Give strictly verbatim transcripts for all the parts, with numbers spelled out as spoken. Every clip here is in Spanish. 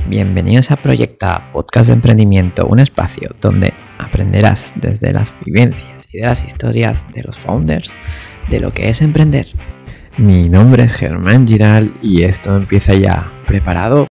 Bienvenidos a Proyecta, podcast de emprendimiento, un espacio donde aprenderás desde las vivencias y de las historias de los founders de lo que es emprender. Mi nombre es Germán Giral y esto empieza ya. ¿Preparado?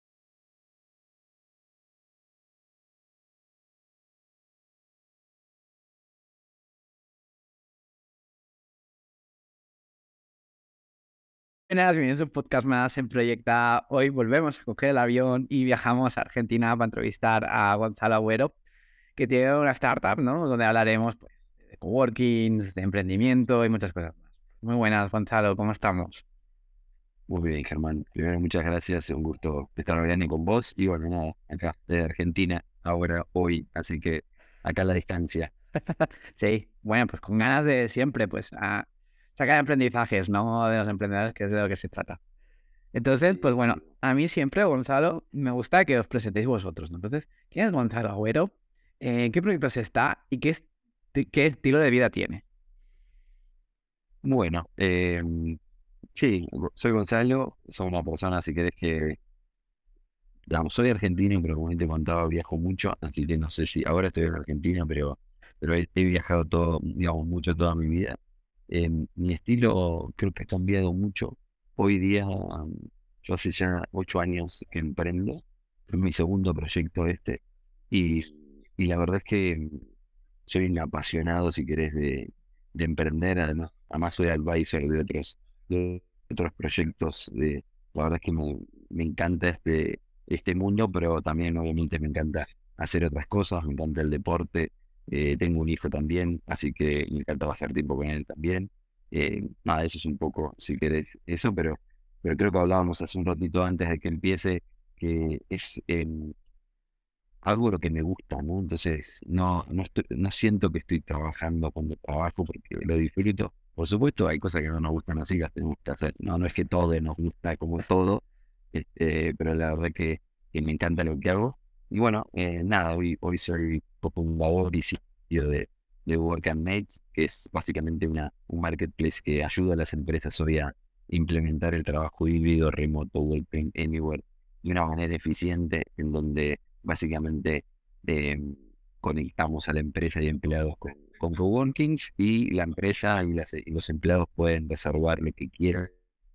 Buenas, bienvenidos a un podcast más en Proyecta. Hoy volvemos a coger el avión y viajamos a Argentina para entrevistar a Gonzalo Agüero, que tiene una startup, ¿no? Donde hablaremos pues, de coworkings, de emprendimiento y muchas cosas más. Muy buenas, Gonzalo, ¿cómo estamos? Muy bien, Germán. Primero, muchas gracias. Un gusto estar hablando con vos. Y bueno, nada, acá de Argentina, ahora, hoy. Así que acá a la distancia. Sí, bueno, pues con ganas de siempre, pues, a sacar aprendizajes, ¿no? De los emprendedores, que es de lo que se trata. Entonces, pues bueno, a mí siempre, Gonzalo, me gusta que os presentéis vosotros, ¿no? Entonces, ¿quién es Gonzalo Agüero? ¿En qué proyectos está? ¿Y qué, es, qué estilo de vida tiene? Bueno, eh, sí, soy Gonzalo. Soy una persona, si querés que, digamos, soy argentino, pero como te contaba, viajo mucho. Así que no sé si ahora estoy en Argentina, pero, pero he, he viajado todo, digamos, mucho toda mi vida. Eh, mi estilo creo que ha cambiado mucho. Hoy día, um, yo hace ya ocho años que emprendo. Es mi segundo proyecto este. Y, y la verdad es que soy un apasionado, si querés, de, de emprender. Además, además soy advisor de otros, de otros proyectos. De, la verdad es que me, me encanta este, este mundo, pero también obviamente me encanta hacer otras cosas. Me encanta el deporte. Eh, tengo un hijo también, así que me encanta pasar tiempo con él también. Eh, nada, eso es un poco, si querés, eso, pero, pero creo que hablábamos hace un ratito antes de que empiece, que es em, algo lo que me gusta, ¿no? Entonces, no, no, estoy- no siento que estoy trabajando cuando trabajo porque lo disfruto. Por supuesto, hay cosas que no nos gustan así, las tenemos que hacer. No, no es que todo nos gusta como todo, este, pero la verdad que, que me encanta lo que hago. Y bueno, eh, nada, hoy, hoy soy cofundador y C E O de, de Work and Mates, que es básicamente una, un marketplace que ayuda a las empresas hoy a implementar el trabajo híbrido, remoto, working anywhere, de una manera eficiente, en donde básicamente eh, conectamos a la empresa y empleados con, con coworkings, y la empresa y, las- y los empleados pueden reservar lo que quieran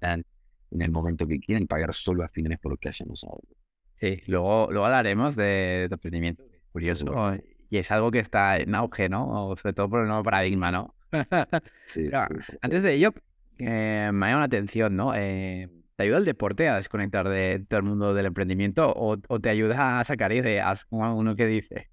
en el momento que quieran, pagar solo a fin de mes por lo que hayan usado. Sí, luego, luego hablaremos de, de tu emprendimiento. Por supuesto. Curioso, y es algo que está en auge, ¿no? O sobre todo por el nuevo paradigma, ¿no? Sí, Pero sí, por antes supuesto. de ello, eh, me llama la atención, ¿no? Eh, ¿te ayuda el deporte a desconectar de todo el mundo del emprendimiento o, o te ayuda a sacar ideas, como uno que dice?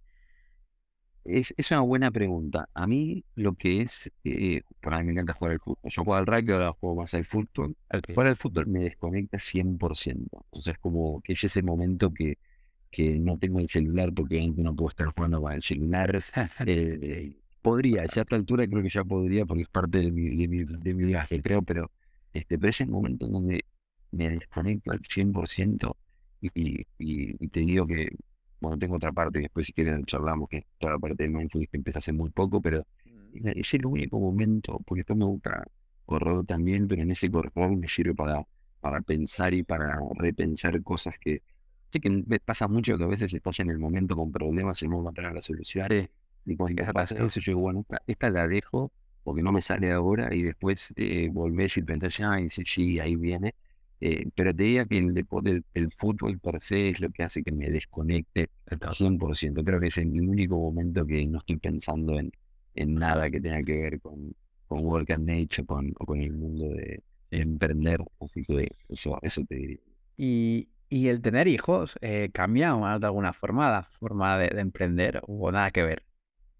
Es, es una buena pregunta. A mí lo que es, eh, para mí me encanta jugar al fútbol. Yo juego al rugby, ahora juego más al fútbol. Ok. Jugar al fútbol me desconecta cien por ciento. Entonces, como que es ese momento que, que no tengo el celular porque antes no puedo estar jugando con el celular. Eh, Sí. podría, ya a esta altura creo que ya podría porque es parte de mi, de mi, de mi viaje, creo, pero, este, pero es el momento en donde me desconecto al cien por ciento y, y, y te digo que, bueno, tengo otra parte, y después si quieren charlamos, que es toda la parte de mindfulness que empecé hace muy poco, pero Mm. es es el único momento, porque esto me gusta correr también, pero en ese correr me sirve para, para pensar y para repensar cosas que, sé que me pasa mucho, que a veces estás en el momento con problemas y no encontrar las soluciones, y cuando te pasa Exacto. eso, yo digo, bueno, esta, esta la dejo porque no me sale ahora, y después eh, volvés y pensás, ah, y sí, sí, ahí viene. Eh, pero te diría que el deporte, el, el fútbol per se es lo que hace que me desconecte cien por ciento. Creo que es el único momento que no estoy pensando en, en nada que tenga que ver con, con Work and Nature con, o con el mundo de, de emprender. Así que eso, eso te diría. Y, y el tener hijos eh, cambia o, de alguna forma la forma de, de emprender o nada que ver.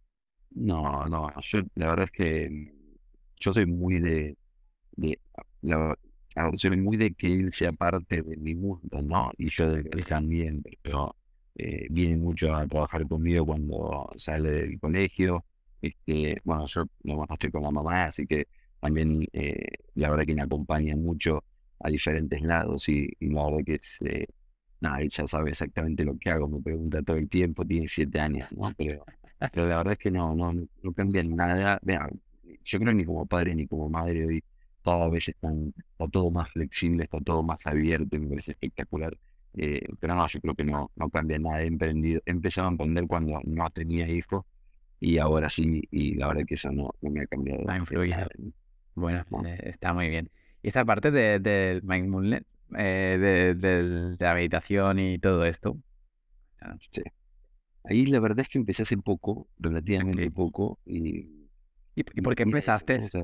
No, no, yo la verdad es que yo soy muy de, de la, la- soy muy de que él sea parte de mi mundo, ¿no? Y yo de él también, pero eh, viene mucho a trabajar conmigo cuando sale del colegio. Este, bueno, yo no, bueno, estoy con la mamá, así que también eh, la verdad que me acompaña mucho a diferentes lados, y, y la verdad que es, eh, nada, él ya sabe exactamente lo que hago, me pregunta todo el tiempo, tiene siete años, ¿no? Pero, pero la verdad es que no, no, no cambia nada. Vea, yo creo ni como padre ni como madre hoy cada vez están, está todo más flexible, está todo más abierto, y me parece espectacular. Eh, pero no, yo creo que no, no cambia nada. He emprendido, he empezado a emprender cuando no tenía hijos y ahora sí, y la verdad que eso no, no me ha Ha cambiado en nada. influido. Bueno, No, eh, está muy bien. Y esta parte de, del mindfulness, eh, de, del- de la meditación y todo esto. Ah, sí. Ahí la verdad es que empecé hace poco, ok. relativamente poco, y, ¿Y, y y por qué mira eso, empezaste? ¿no? O sea,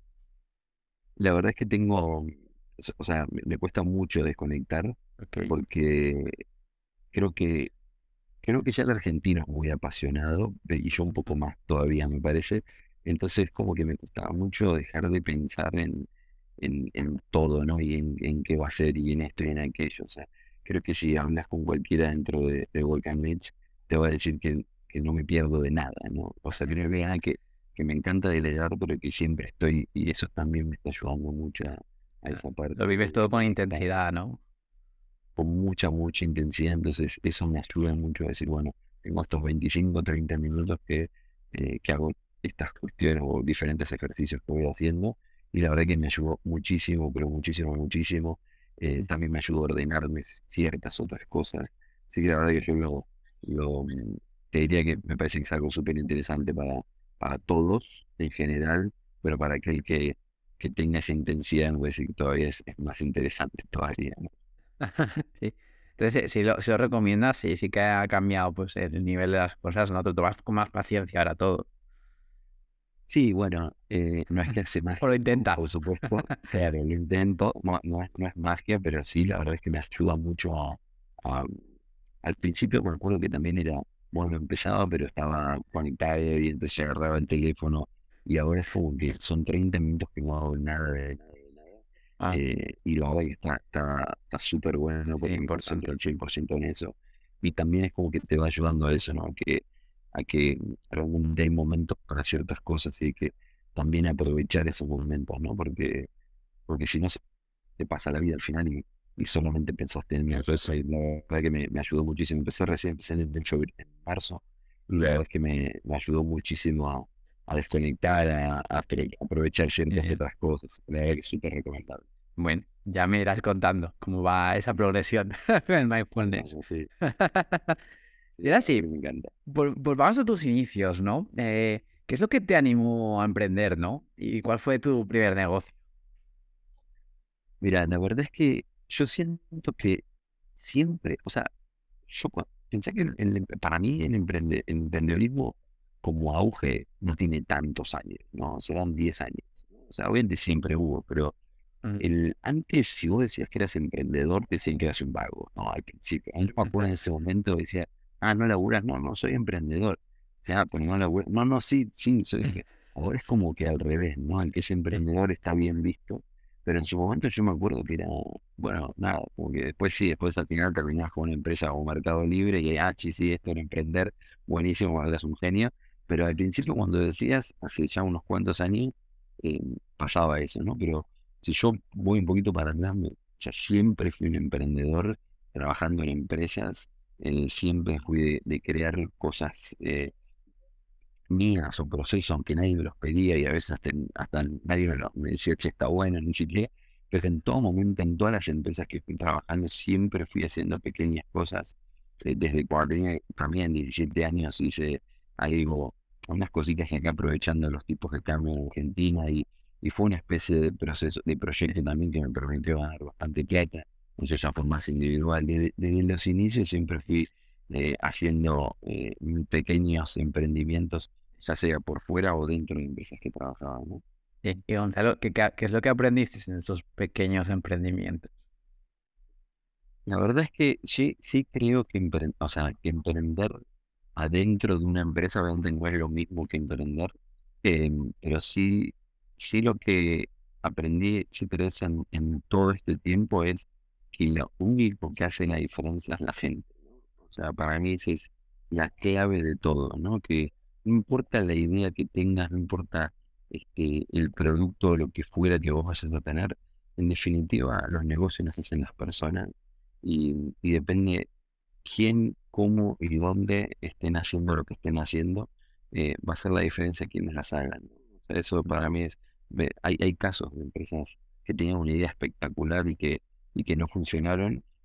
la verdad es que tengo, o sea, me, me cuesta mucho desconectar Ok. porque creo que creo que ya el argentino es muy apasionado eh, y yo un poco más todavía me parece. Entonces como que me costaba mucho dejar de pensar en, en, en todo, ¿no? Y en, en qué va a ser y en esto y en aquello. O sea, creo que si hablas con cualquiera dentro de, de Volcan Beach, te va a decir que, que no me pierdo de nada, ¿no? O sea, creo que, ah, que, que me encanta delegar, pero que siempre estoy, y eso también me está ayudando mucho a, a Ah, esa lo parte vives de todo con desconectar intensidad, ¿no? con mucha, mucha intensidad. Entonces, eso me ayuda mucho a decir, bueno, tengo estos veinticinco treinta minutos que, eh, que hago estas cuestiones o diferentes ejercicios que voy haciendo. Y la verdad que me ayudó muchísimo, pero muchísimo, muchísimo. Eh, también me ayudó a ordenarme ciertas otras cosas. Así que la verdad que yo lo, lo, mm, te diría que me parece que es algo súper interesante para, para todos en general, pero para aquel que, que tenga esa intensidad, me parece que todavía es, es más interesante todavía, ¿no? Sí. Entonces, eh, si lo, si lo recomiendas, sí, sí que ha cambiado pues el nivel de las cosas, ¿no? Te tomas con más paciencia ahora todo. Sí, bueno, eh, no es que hace O lo magia, ¿no? Por intentas. supuesto, claro, lo intento, no, no es, no es magia, pero sí, la verdad es que me ayuda mucho a, a- al principio me acuerdo que también era, bueno, empezaba, pero estaba conectado y entonces agarraba el teléfono y ahora es como que son treinta minutos que no hago nada de nada, de nada. Ah, Eh, y la verdad que está, está, está súper bueno sí, porque me importante. concentro al cien por ciento en eso. Y también es como que te va ayudando a eso, ¿no? A que, a que realmente hay momentos para ciertas cosas y hay que también aprovechar esos momentos, ¿no? Porque, porque si no se te pasa la vida al final y, y solamente pensaste en eso. Eso y la verdad que me, me ayudó muchísimo. Empecé recién, empecé en, el show en marzo y la verdad es que me, me ayudó muchísimo a, a desconectar, a, a apre- aprovechar Bien, ciertas bien. otras cosas. La verdad que es súper recomendable. Bueno, ya me irás contando cómo va esa progresión en No, mindfulness. no, sí, Y sí, ahora la verdad sí, que me encanta. vol- volvamos a tus inicios, ¿no? Eh, ¿qué es lo que te animó a emprender, ¿no? ¿Y cuál fue tu primer negocio? Mira, la verdad es que yo siento que siempre, o sea, yo cua- pensé que el- el- para mí el, emprende- el emprendedorismo como auge no tiene tantos años, ¿no? Serán diez años, ¿no? O sea, obviamente siempre hubo, pero Mm. el, antes si vos decías que eras emprendedor, te decían que eras un vago, ¿no? Al principio. Yo me acuerdo en ese momento decía, ah, no laburas, no, no soy emprendedor. O sea, pues no laburas, no, no, sí, sí, soy. Ahora es como que al revés, ¿no? El que es Sí, emprendedor está bien visto, pero en su momento yo me acuerdo que era, bueno, nada, como que después sí, después al final terminás con una empresa como Mercado Libre y, ah, sí, sí, esto era emprender, buenísimo, eres un genio, pero al principio cuando decías, hace ya unos cuantos años, eh, pasaba eso, ¿no? Pero si yo voy un poquito para atrás, me- ya siempre fui un emprendedor trabajando en empresas, eh, siempre fui de, de crear cosas eh, mías o procesos, aunque nadie me los pedía y a veces hasta, hasta nadie me, lo- me decía, che, está bueno, ni siquiera, pero en todo momento, en todas las empresas que fui trabajando, siempre fui haciendo pequeñas cosas. Eh, desde cuando tenía también diecisiete años hice algo, unas cositas que acá aprovechando los tipos de cambio en Argentina y, y fue una especie de proceso, de proyecto también que me permitió ganar bastante plata. Entonces ya fue más individual. Desde, desde los inicios siempre fui eh, haciendo eh, pequeños emprendimientos ya sea por fuera o dentro de empresas que trabajaba, ¿no? sí. Y Gonzalo, ¿qué, qué, qué es lo que aprendiste en esos pequeños emprendimientos? La verdad es que sí, sí creo que, empre- o sea, que emprender adentro de una empresa obviamente no es lo mismo que emprender, eh, pero sí, sí lo que aprendí, sí creo en, en todo este tiempo es que lo único que hace la diferencia es la gente, ¿no? O sea, para mí esa es la clave de todo, ¿no? Que no importa la idea que tengas, no importa este, el producto o lo que fuera que vos vayas a tener, en definitiva los negocios los hacen las personas y, y depende quién, cómo y dónde estén haciendo lo que estén haciendo, eh, va a ser la diferencia quienes las hagan, ¿no? O sea, eso para mí es, ve- hay, hay casos de empresas que tenían una idea espectacular y que, y que no funcionaron,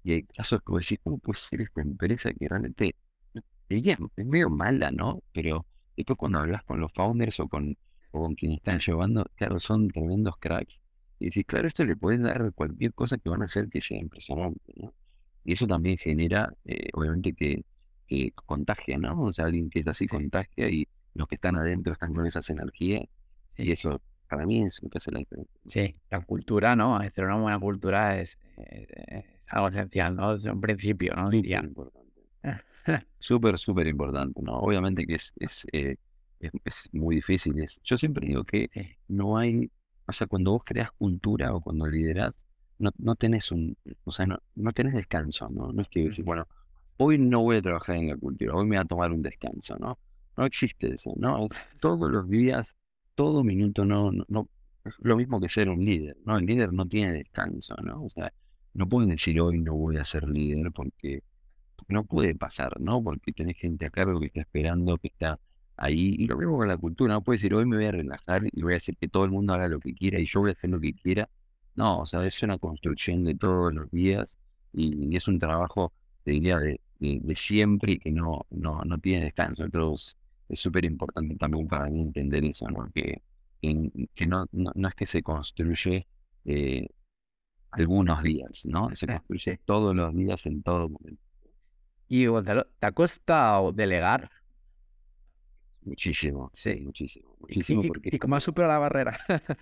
y hay casos que vos decís, ¿cómo puede ser esta empresa que realmente ella es medio mala, ¿no? Pero después cuando hablas con los founders o con, o con quienes están llevando, claro, son tremendos cracks. Y decís, claro, esto le pueden dar cualquier cosa que van a hacer que sea impresionante, ¿no? Y eso también genera, eh, obviamente, que, que contagia, ¿no? O sea, alguien que es así Sí, contagia y los que están adentro están con esas energías. Y sí, eso, para mí, es lo que hace la diferencia. sí. La cultura, ¿no? Hacer una buena cultura es, es- es algo esencial, ¿no? Desde un principio, ¿no? Súper Diría. importante. Súper, súper importante, ¿no? Obviamente que es, es, eh, es, es muy difícil. Es, yo siempre digo que Sí. no hay, o sea, cuando vos creas cultura o cuando liderás, no, no tenés un, o sea, no, no tenés descanso, ¿no? No es que decís, Ujú. bueno, hoy no voy a trabajar en la cultura, hoy me voy a tomar un descanso, ¿no? No existe eso, ¿no? Es todos los días, todo minuto, no, no, no- es lo mismo que ser un líder, ¿no? El líder no tiene descanso, ¿no? O sea, no pueden decir hoy no voy a ser líder porque no puede pasar, ¿no? Porque tenés gente a cargo que está esperando, que está ahí. Y lo mismo con la cultura, no puede decir, hoy me voy a relajar y voy a hacer que todo el mundo haga lo que quiera y yo voy a hacer lo que quiera. No, o sea, es una construcción de todos los días y, y es un trabajo, te diría, de, de, de siempre y que no, no, no tiene descanso. Entonces, es súper importante también para mí entender eso, ¿no? Que, en- que no, no, no es que se construye eh, algunos días, ¿no? Se construye Sí. todos los días en todo momento. Y Gonzalo, ¿te ha costado delegar? Muchísimo, sí, Sí. muchísimo, ¿Y, muchísimo, y, y- porque es y cómo has como, superado la barrera?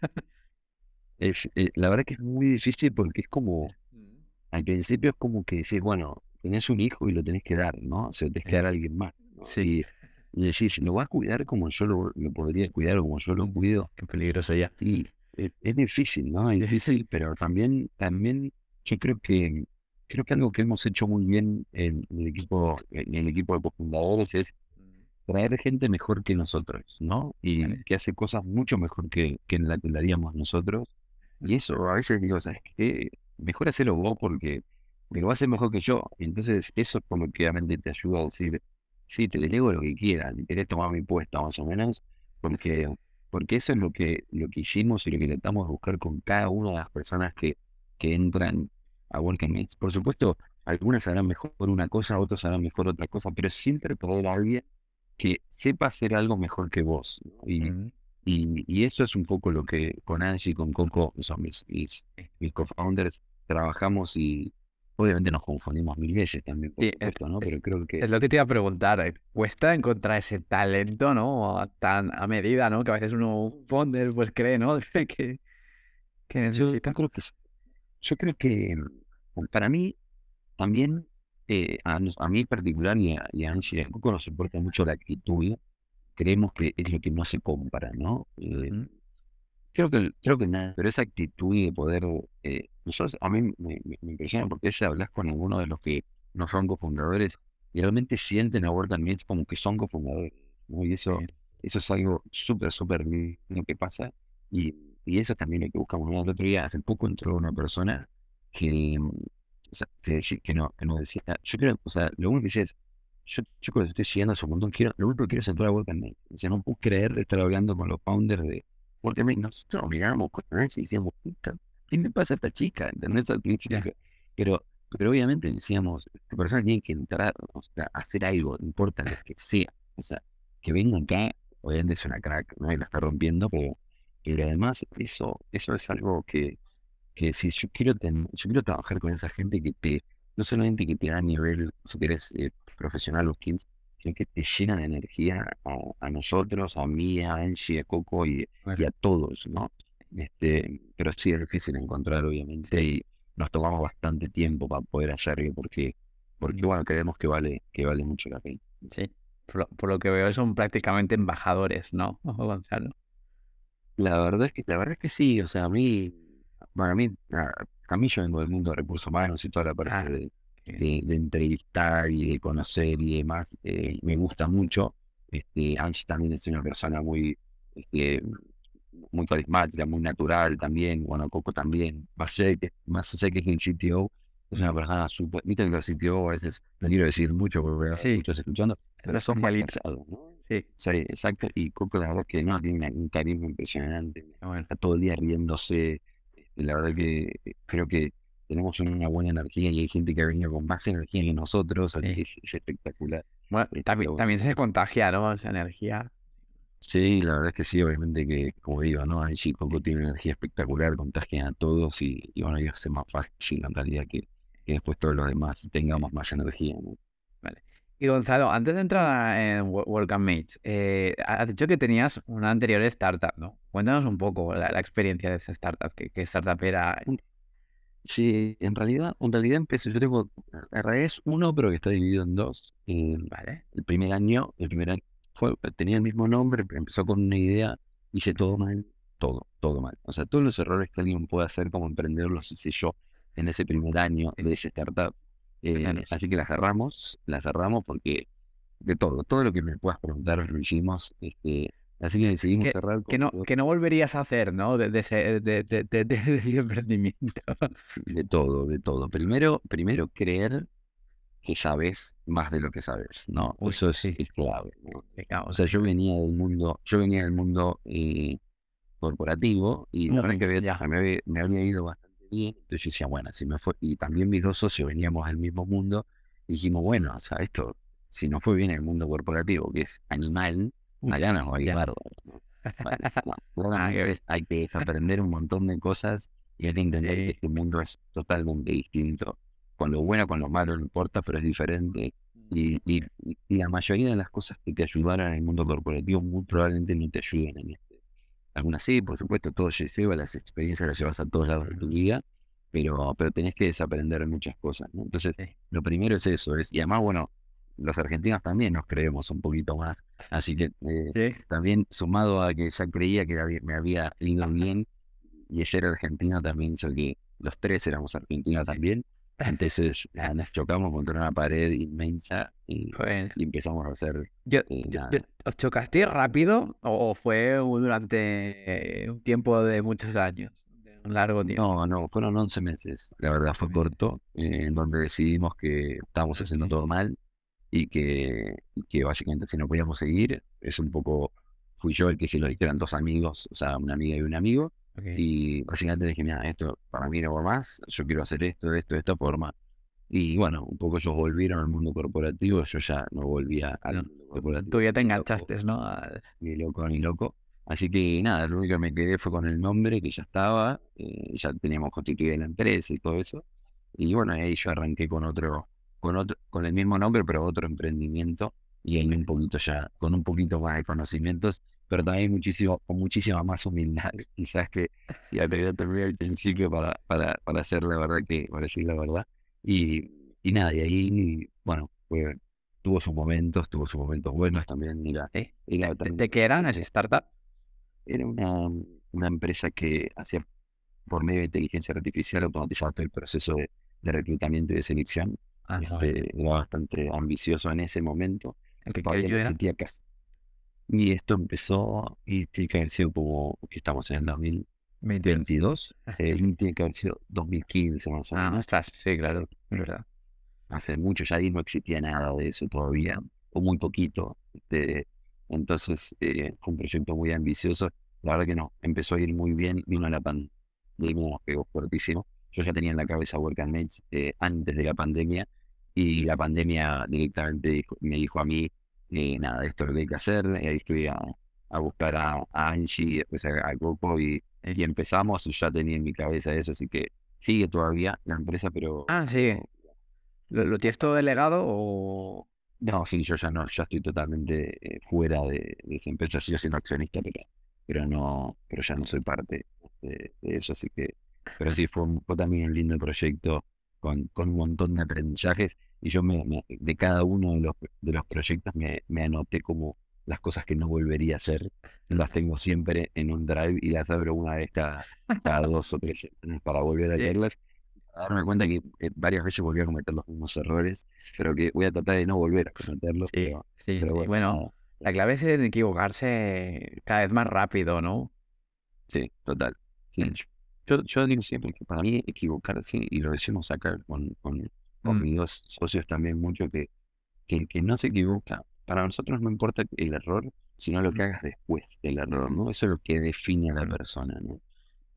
es, eh, la verdad que es muy difícil porque es como, Mm. al principio es como que decís, bueno, tenés un hijo y lo tenés que dar, ¿no? O sea, tenés que Sí, dar a alguien más, ¿no? sí. Y, y decís, ¿lo vas a cuidar como yo lo, lo podría cuidar o como yo lo Mm. cuido? Qué peligroso ya. Y es, es difícil, ¿no? Es Sí. difícil, pero también, también yo creo que, creo que algo que hemos hecho muy bien en, el equipo, en el equipo de cofundadores es Mm. traer gente mejor que nosotros, ¿no? Y Vale. que hace cosas mucho mejor que, que en la que la haríamos nosotros. Y eso a veces digo, ¿sabes qué? Mejor hacerlo vos porque me lo vas a hacer mejor que yo. Y entonces eso es como que realmente te ayuda a decir, sí, te delego lo que quieras, si querés tomar mi puesto más o menos, porque, porque eso es lo que, lo que hicimos y lo que intentamos buscar con cada una de las personas que, que entran a Work and Mates. Por supuesto, algunas harán mejor una cosa, otros harán mejor otra cosa, pero siempre poder a alguien que sepa hacer algo mejor que vos, ¿no? Y, Mm. y, y eso es un poco lo que con Angie y con Coco, que son mis, mis, mis co-founders, trabajamos y obviamente nos confundimos mil veces también, por Sí, es, supuesto, ¿no? es- Pero creo que es lo que te iba a preguntar. eh, ¿Cuesta encontrar ese talento, ¿no? Tan a medida, ¿no? Que a veces uno, un founder, pues cree, ¿no? Que, que yo necesita. creo que, yo creo que mm, para mí también, eh, a, nos- a mí en particular y a, y a Angie y a Coco nos importa mucho la actitud, creemos que es lo que no se compra, ¿no? Eh, Mm. Creo que, creo que nada, pero esa actitud de poder, eh, nosotros, a mí me, me- me impresiona porque si hablas con alguno de los que no son cofundadores y realmente sienten a Work and Meets como que son cofundadores, ¿no? Y eso, Sí. eso es algo súper, súper lindo que pasa y, y eso también es lo que buscamos, ¿no? El otro día, hace poco entró una persona que, mm, o sea, que, decí- que no, que nos decía, yo creo, o sea, lo único que decía es, yo, yo creo que estoy siguiendo hace un montón, quiero, lo único que quiero es entrar a Work and Meets. O sea, no puedo creer de estar hablando con los founders porque me- nosotros miramos con Nancy y decíamos, "Puta, ¿qué le pasa a esta chica?" ¿Entendés? Al Ya. principio. Pero, pero obviamente decíamos, esta persona tiene que entrar, o sea, hacer algo, no importa lo que sea. O sea, que venga acá, obviamente es una crack, ¿no? Y la está rompiendo, pero, pero además eso, eso es algo que, que si yo quiero ten- yo quiero trabajar con esa gente que te, no solamente que te da a nivel, si querés, eh, profesional o skills, sino que te llenan de energía a, a nosotros, a mí, a Angie, a Coco y, Pues, y a todos, ¿no? Este, pero sí es difícil encontrar, obviamente, sí. y nos tomamos bastante tiempo para poder hacerlo, porque, porque Mm. bueno, creemos que vale, que vale mucho la pena. Sí. Por lo, por lo que veo son prácticamente embajadores, ¿no? Ojo, Gonzalo. La verdad es que, la verdad es que sí, o sea, a mí, para mí, a, a mí yo vengo del mundo de recursos humanos y toda la parte Ah, de, qué de, de entrevistar y de conocer y demás, eh, me gusta mucho. Este, Angie también es una persona muy, este, muy carismática, muy natural también, bueno, Coco también, más allá de que, más allá de que es el C T O, es una bien. persona súper, viste que los C T O a veces, no quiero decir mucho porque hay Sí, muchos escuchando, no pero son más especialista. callados, ¿no? Sí, Sí, exacto. Y Coco, la verdad que no, tiene un carisma impresionante. bueno. Está todo el día riéndose. Este, La verdad que eh, creo que tenemos una buena energía y hay gente que ha venido con más energía que nosotros, así que Sí. es, es espectacular. Bueno, Eh, también, pero bueno, también se contagia, ¿no? Esa energía. sí, la verdad es que sí, obviamente que, como digo, ¿no? Angie Coco Sí, tiene una energía espectacular, contagia a todos y, y bueno, y hace más fácil en realidad que, que después todos los demás tengamos más energía, ¿no? vale. Y Gonzalo, antes de entrar en Wo- Work and Mates, eh, has dicho que tenías una anterior startup, ¿no? Cuéntanos un poco la, la experiencia de esa startup, qué, qué startup era. Sí, en realidad, en realidad empecé, yo tengo, en realidad es uno, pero que está dividido en dos. Eh, Vale. el primer año, el primer año fue, tenía el mismo nombre, pero empezó con una idea, hice todo mal, todo, todo mal. O sea, todos los errores que alguien puede hacer como emprendedor los hice yo en ese primer año Sí, de ese startup. Eh, cuéntanos. así que la cerramos, la cerramos porque de todo, todo lo que me puedas preguntar lo hicimos. Este, así que decidimos Que, cerrar que con no, que no volverías a hacer, ¿no? De, de ese, de, de, de, de- de ese emprendimiento. de todo, de todo. Primero, primero creer que sabes más de lo que sabes, ¿no? Uy, Eso es, sí, es clave, ¿no? qué O caos, sea, sí. yo venía del mundo, yo venía del mundo eh, corporativo y la verdad Mm, que había- ya. me había, me había ido bastante bien. Entonces yo decía, bueno, si me fue, y también mis dos socios veníamos del mismo mundo, y dijimos, bueno, o sea, esto, si nos fue bien en el mundo corporativo, que es animal, Uy, acá nos va a ir ya. bárbaro, ¿no? Bueno, no, Ah, qué claramente bien. hay que desaprender un montón de cosas y hay que entender que Sí. este mundo es totalmente distinto. Con lo bueno, con lo malo, no importa, pero es diferente. Y, y, y la mayoría de las cosas que te ayudaron en el mundo corporativo muy probablemente no te ayuden en este. Algunas sí, por supuesto, todo se lleva, las experiencias las llevas a todos lados de tu Ujú, vida, pero, pero tenés que desaprender muchas cosas, ¿no? Entonces, sí. lo primero es eso, es, y además, bueno, los argentinos también nos creemos un poquito más, así que eh, Sí. también sumado a que ya creía que había- me había ido bien, y ella era argentina, también hizo que los tres éramos argentinos también, entonces nada, nos chocamos contra una pared inmensa y, Bueno, y empezamos a hacer yo, eh, yo- yo- nada. ¿os chocasteis rápido o, o fue durante un tiempo de muchos años? De un largo tiempo. No, no, fueron once meses, la verdad once fue meses. corto, eh, en donde decidimos que estábamos haciendo Ok, todo mal y que, y que básicamente si no podíamos seguir, es un poco, fui yo el que se lo dije, eran dos amigos, o sea, una amiga y un amigo, ok. y básicamente dije, mira, esto para mí no va más, yo quiero hacer esto, esto, de esta forma. Y bueno, un poco ellos volvieron al mundo corporativo, yo ya no volvía al No, mundo tú, tú corporativo, ya te ni loco, enganchaste, ¿no? Al- ni loco, ni loco. Así que nada, lo único que me quedé fue con el nombre, que ya estaba, eh, ya teníamos constituida la empresa y todo eso. Y bueno, ahí yo arranqué con otro, con otro, con el mismo nombre, pero otro emprendimiento, y ahí un poquito ya, con un poquito más de conocimientos, pero también muchísimo, con muchísima más humildad, quizás que ya te voy a terminar al principio para, para, para hacer la verdad que, para decir la verdad. Y, y nada, y ahí, bueno, fue, tuvo sus momentos, tuvo sus momentos buenos también, mira, ¿Sí? ¿De, era de, también de qué eran ese startup? era una, una empresa que hacía por medio de inteligencia artificial automatizaba todo el proceso de, de reclutamiento y de selección. Ah, vale. Este, era bastante ambicioso en ese momento. ¿En qué, qué Todavía no año era? existía casi. Y esto empezó, y tiene que haber sido como, que estamos en el dos mil veintidós. veintidós eh, y tiene que haber sido dos mil quince más o Ah, menos. ostras, sí, Eh, claro, es verdad. hace mucho ya ahí no existía nada de eso todavía, o muy poquito. Este, entonces eh, fue un proyecto muy ambicioso. La verdad que no, empezó a ir muy bien, vino la pandemia, nos pegó fuertísimo. Yo ya tenía en la cabeza Work and Mates eh, antes de la pandemia y la pandemia directamente dijo- me dijo a mí, eh, nada, esto es lo que hay que hacer. Y ahí fui a, a buscar a, a Angie, después a, a Coco y, Sí. y empezamos. Ya tenía en mi cabeza eso, así que sigue todavía la empresa, pero Ah, sí. ¿Lo, lo tienes todo delegado o...? no, sí, yo ya no, ya estoy totalmente eh, fuera de, de esa empresa, sigo siendo accionista, pero, pero no, pero ya no soy parte de, de eso, así que, pero sí fue, un- fue también un lindo proyecto con, con un montón de aprendizajes y yo me, me- de cada uno de los, de los proyectos me, me anoté como las cosas que no volvería a hacer, las tengo siempre en un drive y las abro una vez cada, cada dos o tres semanas para volver a Sí, leerlas darme cuenta que eh, varias veces volví a cometer los mismos errores, pero que voy a tratar de no volver a cometerlos, sí, pero, sí, pero sí. bueno, Bueno, nada. la clave es en equivocarse cada vez más rápido, ¿no? Sí, total. Sí, yo, yo digo siempre que para mí equivocarse, y lo decimos acá con, con, con Mm, mis dos socios también mucho, que, que el que no se equivoca, para nosotros no importa el error, sino lo mm, que hagas después del error, mm, ¿no? Eso es lo que define a la mm. persona, ¿no?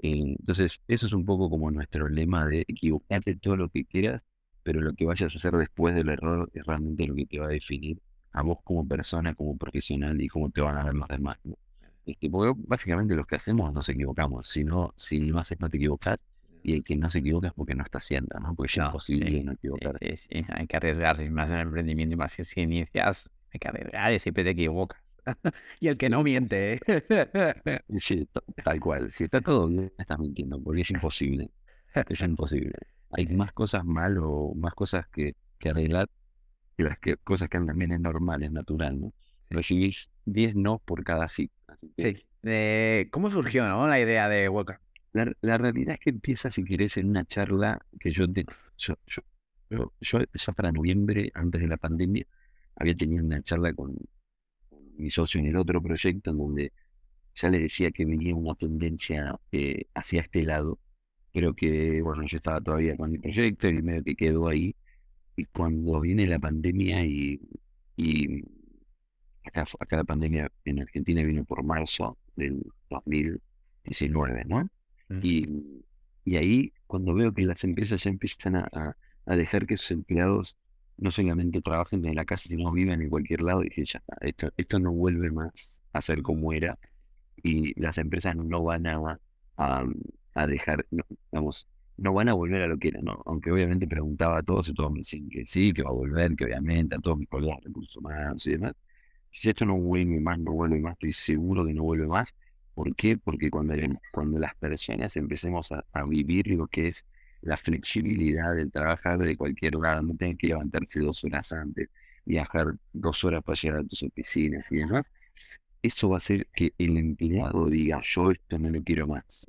Eh, entonces, eso es un poco como nuestro lema de equivocarte todo lo que quieras, pero lo que vayas a hacer después del error es realmente lo que te va a definir a vos como persona, como profesional y cómo te van a ver los demás, ¿no? Este, porque básicamente lo que hacemos nos equivocamos. Si no, si no haces, no te equivocas. Y el que no se equivoca es porque no está haciendo, ¿no? Porque es No, imposible sí, no sí, equivocar. sí, sí. Hay que arriesgarse, y más en el emprendimiento, y más que si inicias, hay que arriesgar y siempre te equivocas. Y el que no miente, ¿eh? Y sí, ta- tal cual. Si está todo bien, estás mintiendo, porque es imposible. Es imposible. Hay más cosas mal o más cosas que, que arreglar que las que, cosas que también es normal, es natural, ¿no? Recibís diez no por cada sí. Así que Sí. Eh, ¿cómo surgió, no, la idea de Walker? la, la realidad es que empieza, si querés, en una charla que yo, te, yo, yo, yo, yo ya para noviembre, antes de la pandemia, había tenido una charla con mi socio en el otro proyecto, en donde ya le decía que venía una tendencia eh, hacia este lado. Creo que, bueno, yo estaba todavía con mi proyecto y medio que quedó ahí. Y cuando viene la pandemia y, y acá, fu- acá la pandemia en Argentina vino por marzo del dos mil diecinueve, ¿no? Mm. Y, y ahí, cuando veo que las empresas ya empiezan a, a- a dejar que sus empleados no solamente trabajen desde la casa, sino vivan en cualquier lado, dije, ya está, esto, esto no vuelve más a ser como era y las empresas no van a, a, a dejar, no, vamos, no van a volver a lo que era, ¿no? Aunque obviamente preguntaba a todos y todos me decían que sí, que va a volver, que obviamente a todos mis colegas de recursos humanos y demás. Si esto no vuelve más, no vuelve más, estoy seguro que no vuelve más. ¿Por qué? Porque cuando, el- cuando las personas empecemos a, a vivir lo que es la flexibilidad del trabajar de cualquier lado, no tener que levantarse dos horas antes, viajar dos horas para llegar a tus oficinas y demás, eso va a hacer que el empleado diga, yo esto no lo quiero más.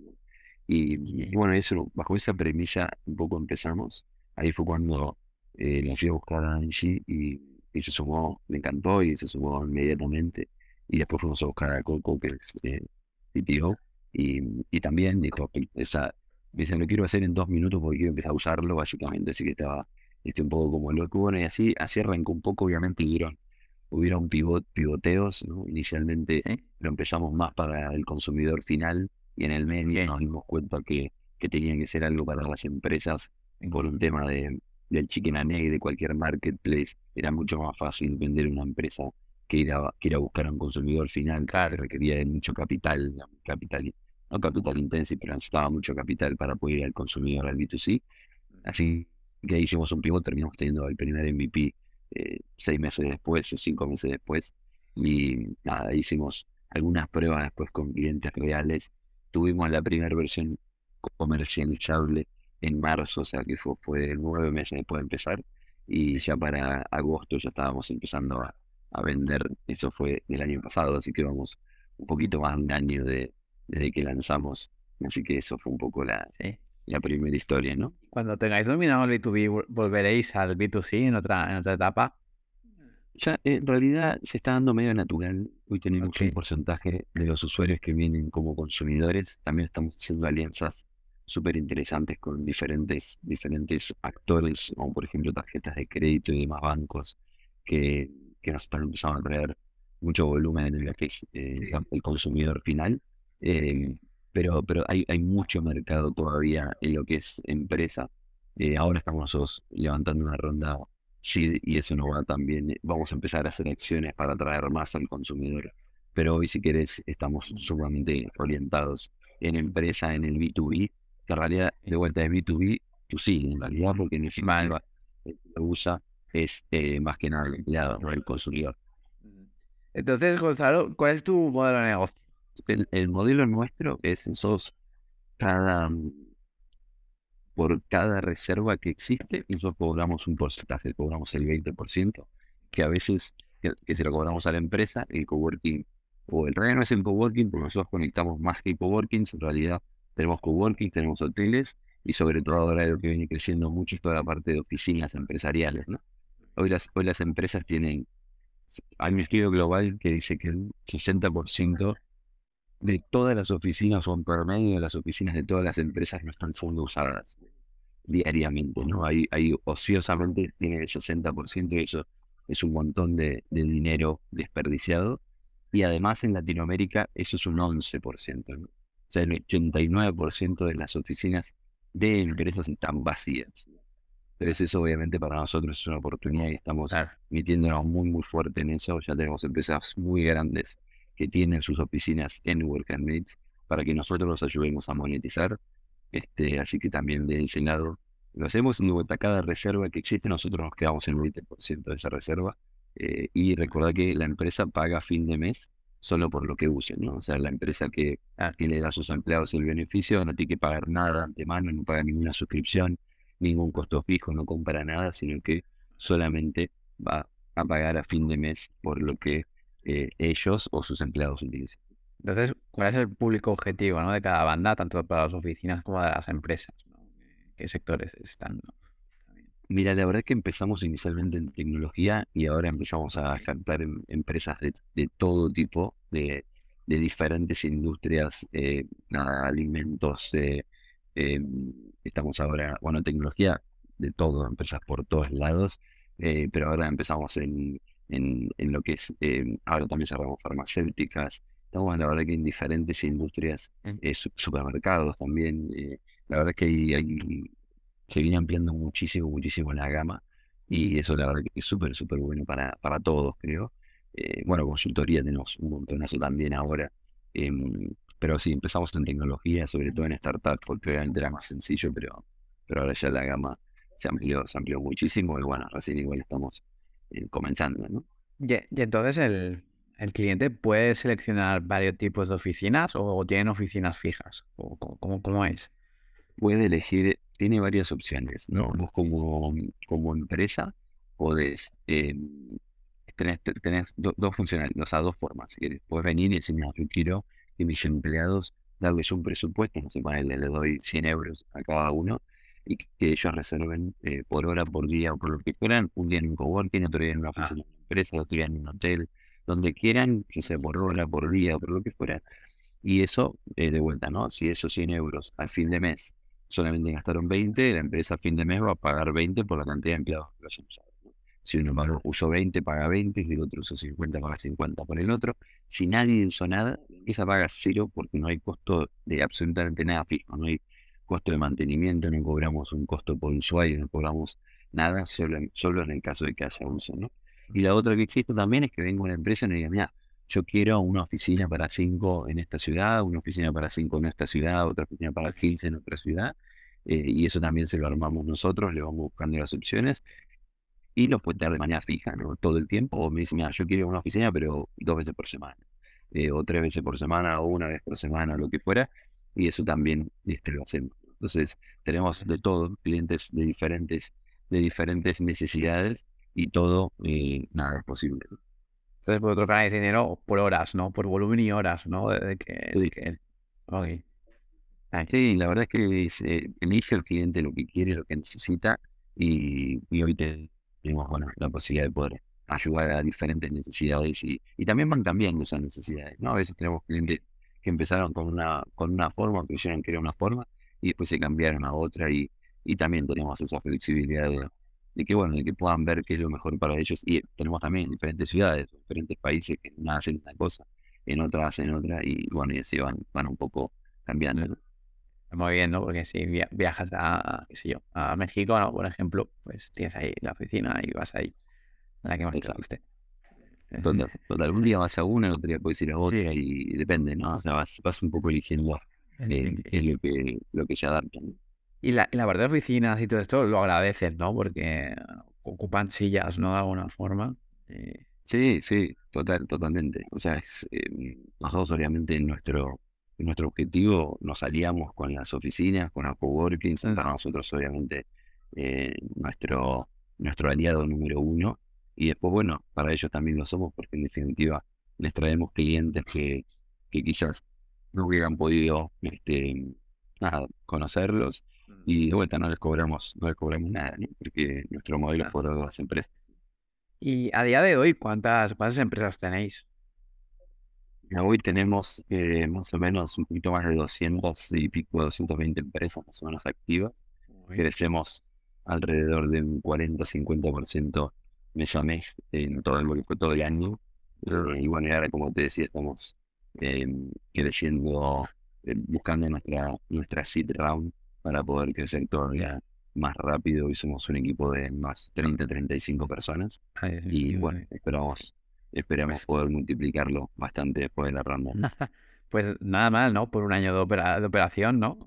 Y, y Sí. bueno, eso, bajo esa premisa un poco empezamos. Ahí fue cuando eh, la fui a buscar a Angie y, y se sumó, le encantó y se sumó inmediatamente. Y después fuimos a buscar a Coco, que es eh, C T O, y, y también dijo, esa, me dice, lo quiero hacer en dos minutos porque quiero empezar a usarlo, básicamente, así que estaba este, un poco como loco. Bueno, y así, así arrancó un poco, obviamente, y hubieron, hubieron pivot, pivoteos, ¿no? Inicialmente Sí. lo empezamos más para el consumidor final y en el medio Sí. nos dimos cuenta que, que tenían que ser algo para las empresas por un Mm. tema de, del chicken and egg, de cualquier marketplace. Era mucho más fácil vender una empresa que ir a, que ir a buscar a un consumidor final que Claro. requería de mucho capital, capital, no capital intensivo, pero necesitaba mucho capital para poder ir al consumidor, al B dos C. Así que ahí hicimos un pivot, terminamos teniendo el primer M V P eh, seis meses después, cinco meses después. Y nada, hicimos algunas pruebas después con clientes reales. Tuvimos la primera versión comercializable en marzo, o sea que fue, fue nueve meses después de empezar. Y ya para agosto ya estábamos empezando a, a vender. Eso fue el año pasado, así que vamos un poquito más de un año de, desde que lanzamos. Así que eso fue un poco la, Sí. la primera historia, ¿no? Cuando tengáis dominado el B dos B, vol- volveréis al B dos C en otra, en otra etapa. Ya en realidad se está dando medio natural. Hoy tenemos un Ok. porcentaje de los usuarios que vienen como consumidores. También estamos haciendo alianzas súper interesantes con diferentes, diferentes actores, como por ejemplo tarjetas de crédito y demás bancos, que, que nos están empezando a traer mucho volumen en lo que es eh, la- el consumidor final. Eh, pero pero hay, hay mucho mercado todavía en lo que es empresa. Eh, ahora estamos nosotros levantando una ronda. Sí, y eso no va también. eh, Vamos a empezar a hacer acciones para atraer más al consumidor. Pero hoy, si querés, estamos sumamente orientados en empresa, en el B dos B, que en realidad de vuelta es B dos B, tú sí, en realidad, porque en Vale. definitiva el que lo usa es eh, más que nada el empleado, no el consumidor. Entonces, Gonzalo, ¿cuál es tu modelo de negocio? El, el modelo nuestro es nosotros cada, por cada reserva que existe, nosotros cobramos un porcentaje, cobramos el veinte por ciento, que a veces que, que se lo cobramos a la empresa, el coworking, o el realidad no es el coworking, porque nosotros conectamos más que coworkings, en realidad tenemos coworking, tenemos hoteles, y sobre todo ahora lo que viene creciendo mucho es toda la parte de oficinas empresariales, ¿no? Hoy las, hoy las empresas tienen, hay un estudio global que dice que el sesenta por ciento de todas las oficinas o en promedio de las oficinas de todas las empresas no están siendo usadas diariamente, ¿no? Hay, hay ociosamente tiene el sesenta por ciento y eso es un montón de, de dinero desperdiciado. Y además en Latinoamérica eso es un once por ciento, ¿no? O sea, el ochenta y nueve por ciento de las oficinas de empresas están vacías. Entonces eso obviamente para nosotros es una oportunidad y estamos Claro. metiéndonos muy muy fuerte en eso. Ya tenemos empresas muy grandes que tienen sus oficinas en Work and Meets para que nosotros los ayudemos a monetizar. Este, así que también de ese lado lo hacemos y de vuelta cada reserva que existe nosotros nos quedamos en el veinte por ciento de esa reserva. Eh, y recordar que la empresa paga a fin de mes solo por lo que usen, ¿no? O sea, la empresa que, Claro. que le da a sus empleados el beneficio no tiene que pagar nada de antemano, no paga ninguna suscripción, ningún costo fijo, no compra nada, sino que solamente va a pagar a fin de mes por lo que eh, ellos o sus empleados utilicen. Entonces, ¿cuál es el público objetivo, ¿no? De cada banda, tanto para las oficinas como de las empresas, ¿no? ¿Qué sectores están, ¿no? También. Mira, la verdad es que empezamos inicialmente en tecnología y ahora empezamos a captar em- empresas de, de todo tipo, de, de diferentes industrias, eh, nada, alimentos, eh, em, estamos ahora, bueno, tecnología de todo, empresas por todos lados, eh, pero ahora empezamos en, en, en lo que es, em, ahora también cerramos farmacéuticas, estamos la verdad que en diferentes industrias, Mm. eh, su- supermercados también, eh, la verdad que hay, hay se viene ampliando muchísimo, muchísimo la gama y eso la verdad que es súper, súper bueno para, para todos, creo. Eh, bueno, consultoría tenemos un montonazo también ahora, em, pero sí, empezamos en tecnología, sobre todo en startups, porque obviamente era más sencillo, pero, pero ahora ya la gama se amplió, se amplió muchísimo y bueno, recién igual estamos eh, comenzando, ¿no? Y, y entonces el, el cliente puede seleccionar varios tipos de oficinas o tienen oficinas fijas, o cómo, cómo- cómo es. Puede elegir, tiene varias opciones, ¿no? Vos como, como empresa podés, eh, tenés, te- tenés do- dos funcionalidades, o sea, dos formas. Si querés, podés venir y decir, "No, yo quiero que mis empleados darles un presupuesto, no sé, ponele, le doy cien euros a cada uno y que ellos reserven eh, por hora, por día o por lo que quieran, un día en un coworking, otro día en una Ah, oficina de una empresa, otro día en un hotel, donde quieran, que sea por hora, por día, por lo que fuera. Y eso, eh, de vuelta, ¿no? Si esos cien euros al fin de mes solamente gastaron veinte, la empresa a fin de mes va a pagar veinte por la cantidad de empleados que lo hayan usado, ¿no? Si uno pagó- usó veinte, paga veinte, si el otro usó cincuenta, paga cincuenta por el otro. Si nadie usó nada, la empresa paga cero porque no hay costo de absolutamente nada fijo, no hay costo de mantenimiento, no cobramos un costo por usuario, no cobramos nada, solo en, solo en el caso de que haya uso, ¿no? Y la otra que existe también es que venga una empresa y nos diga, mira, yo quiero una oficina para cinco en esta ciudad, una oficina para cinco en esta ciudad, otra oficina para quince en otra ciudad, eh, y eso también se lo armamos nosotros, le vamos buscando las opciones y los puede tener de manera fija, ¿no? Todo el tiempo, o me dice, mira, yo quiero una oficina, pero dos veces por semana, eh, o tres veces por semana, o una vez por semana, lo que fuera, y eso también este, lo hacemos. Entonces, tenemos de todo, clientes de diferentes, de diferentes necesidades, y todo, eh, nada, es posible. entonces vosotros ganáis dinero por horas, ¿no? Por volumen y horas, ¿no? De, de que, de Sí, que... Ok. Ay, sí, la verdad es que es, eh, elige el cliente lo que quiere, lo que necesita, y, y hoy te- tenemos bueno, la posibilidad de poder ayudar a diferentes necesidades y, y también van cambiando esas necesidades, ¿no? A veces tenemos clientes que empezaron con una, con una forma, creyeron que era una forma, y después se cambiaron a otra, y, y también tenemos esa flexibilidad de, de que, bueno, de que puedan ver qué es lo mejor para ellos, y tenemos también diferentes ciudades, diferentes países que en una hacen una cosa, en otra hacen otra, y bueno, y así van, van un poco cambiando, ¿no? muy bien, ¿no? Porque si via- viajas a, qué sé yo, a México, ¿no? Por ejemplo, pues tienes ahí la oficina y vas ahí a la que más te Exacto. guste. Total, total. Un día vas a una, el otro día puedes ir a otra Sí. y depende, ¿no? O sea, vas, vas un poco eligiendo eh, Sí, qué sí. es lo que, lo que se adapta, ¿no? Y la, y la parte de oficinas y todo esto lo agradeces, ¿no? Porque ocupan sillas, ¿no? De alguna forma. Eh, Sí, sí, total, totalmente. O sea, es, eh, nosotros obviamente en nuestro, en nuestro objetivo nos aliamos con las oficinas, con los coworking, son Mm. para nosotros obviamente eh, nuestro, nuestro aliado número uno. Y después, bueno, para ellos también lo somos porque en definitiva les traemos clientes que, que quizás no hubieran podido este, nada, conocerlos. Y de vuelta no les cobramos, no les cobramos nada, ¿no? Porque nuestro modelo es Ah. por las empresas. Y a día de hoy, ¿cuántas, cuántas empresas tenéis? Ya hoy tenemos eh, más o menos un poquito más de doscientas y pico, doscientas veinte empresas más o menos activas. Uy. Crecemos alrededor de un cuarenta cincuenta por ciento mes a mes en todo el, fue todo el año. Eh, y bueno, y ahora como te decía, estamos eh, creciendo eh, buscando nuestra, nuestra seed round para poder crecer todavía más rápido. Y somos un equipo de más treinta treinta y cinco personas. Ay, sí, Y sí, bueno, sí. esperamos, esperamos Pues, poder multiplicarlo bastante después de la ronda. pues nada mal, ¿no? Por un año de, opera- de operación, ¿no?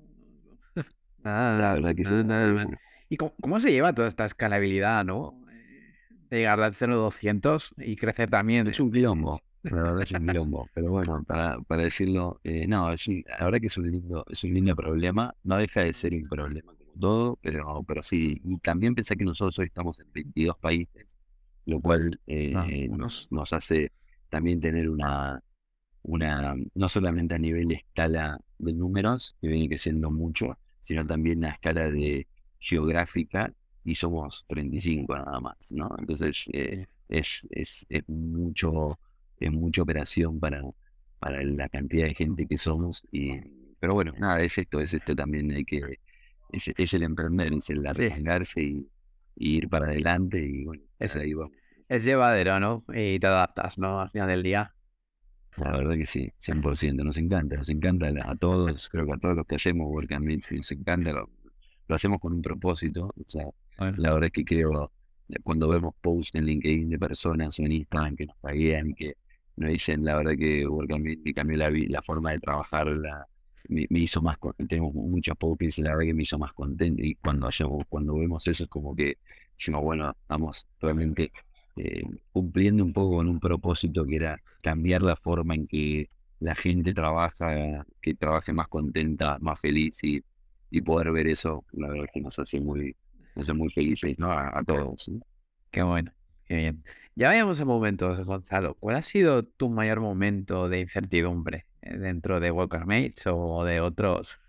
La Nada, verdad que sí. nada, nada mal. ¿Y cómo, cómo se lleva toda esta escalabilidad, ¿no? Eh, De llegar al cero a doscientos y crecer también. Es un quilombo, la verdad es un quilombo, pero bueno, para, para decirlo, eh, no, es un- la verdad que es un lindo, es un lindo problema, no deja de ser un problema como todo, pero, pero sí, y también pensé que nosotros hoy estamos en veintidós países, lo cual Ah, eh, bueno. nos, nos hace también tener una, una, no solamente a nivel de escala de números, que viene creciendo mucho, sino también a escala de geográfica, y somos treinta y cinco nada más, ¿no? Entonces, eh, Sí. es, es, es mucho, es mucha operación para, para la cantidad de gente que somos, y, pero bueno, nada, es esto, es esto también, hay que, es, es el emprender, es el Sí, arrancarse y, y ir para adelante, y bueno, es, ahí vamos. es llevadero, ¿no? Y te adaptas, ¿no? Al final del día. La verdad que sí, cien por ciento. Nos encanta, nos encanta a todos, creo que a todos los que hacemos Work and Meet, nos encanta, lo, lo hacemos con un propósito. O sea, Bueno, la verdad es que creo, eh, cuando vemos posts en LinkedIn de personas o en Instagram que nos taguean, que nos dicen, la verdad que Work and Meet me cambió la, vi- la forma de trabajar, la, me, me hizo más, con- tenemos muchos posts que dicen, la verdad que me hizo más contento, y cuando, hacemos- cuando vemos eso es como que decimos, bueno, estamos realmente eh, cumpliendo un poco con un propósito que era cambiar la forma en que la gente trabaja, que trabaje más contenta, más feliz, y, y poder ver eso, la verdad es que nos hace muy, nos hace muy felices, ¿no? A, a todos, ¿no? qué bueno, qué bien. Ya vayamos a momentos, Gonzalo. ¿Cuál ha sido tu mayor momento de incertidumbre eh, dentro de Walker Mates o de otros?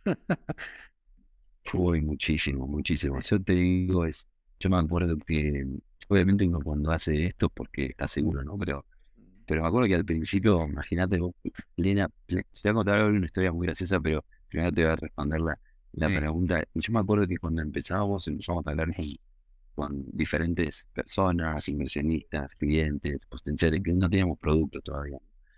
Uy, muchísimo, muchísimo. Yo te digo, es, yo me acuerdo que, obviamente uno cuando hace esto, porque está seguro, ¿no? Pero, pero me acuerdo que al principio, imagínate, vos, plena, ple- te voy a contar ahora una historia muy graciosa, pero primero te voy a responder la, la Sí, pregunta. Yo me acuerdo que cuando empezábamos, empezamos a hablar con, con diferentes personas, inversionistas, clientes, potenciales, que no teníamos producto todavía.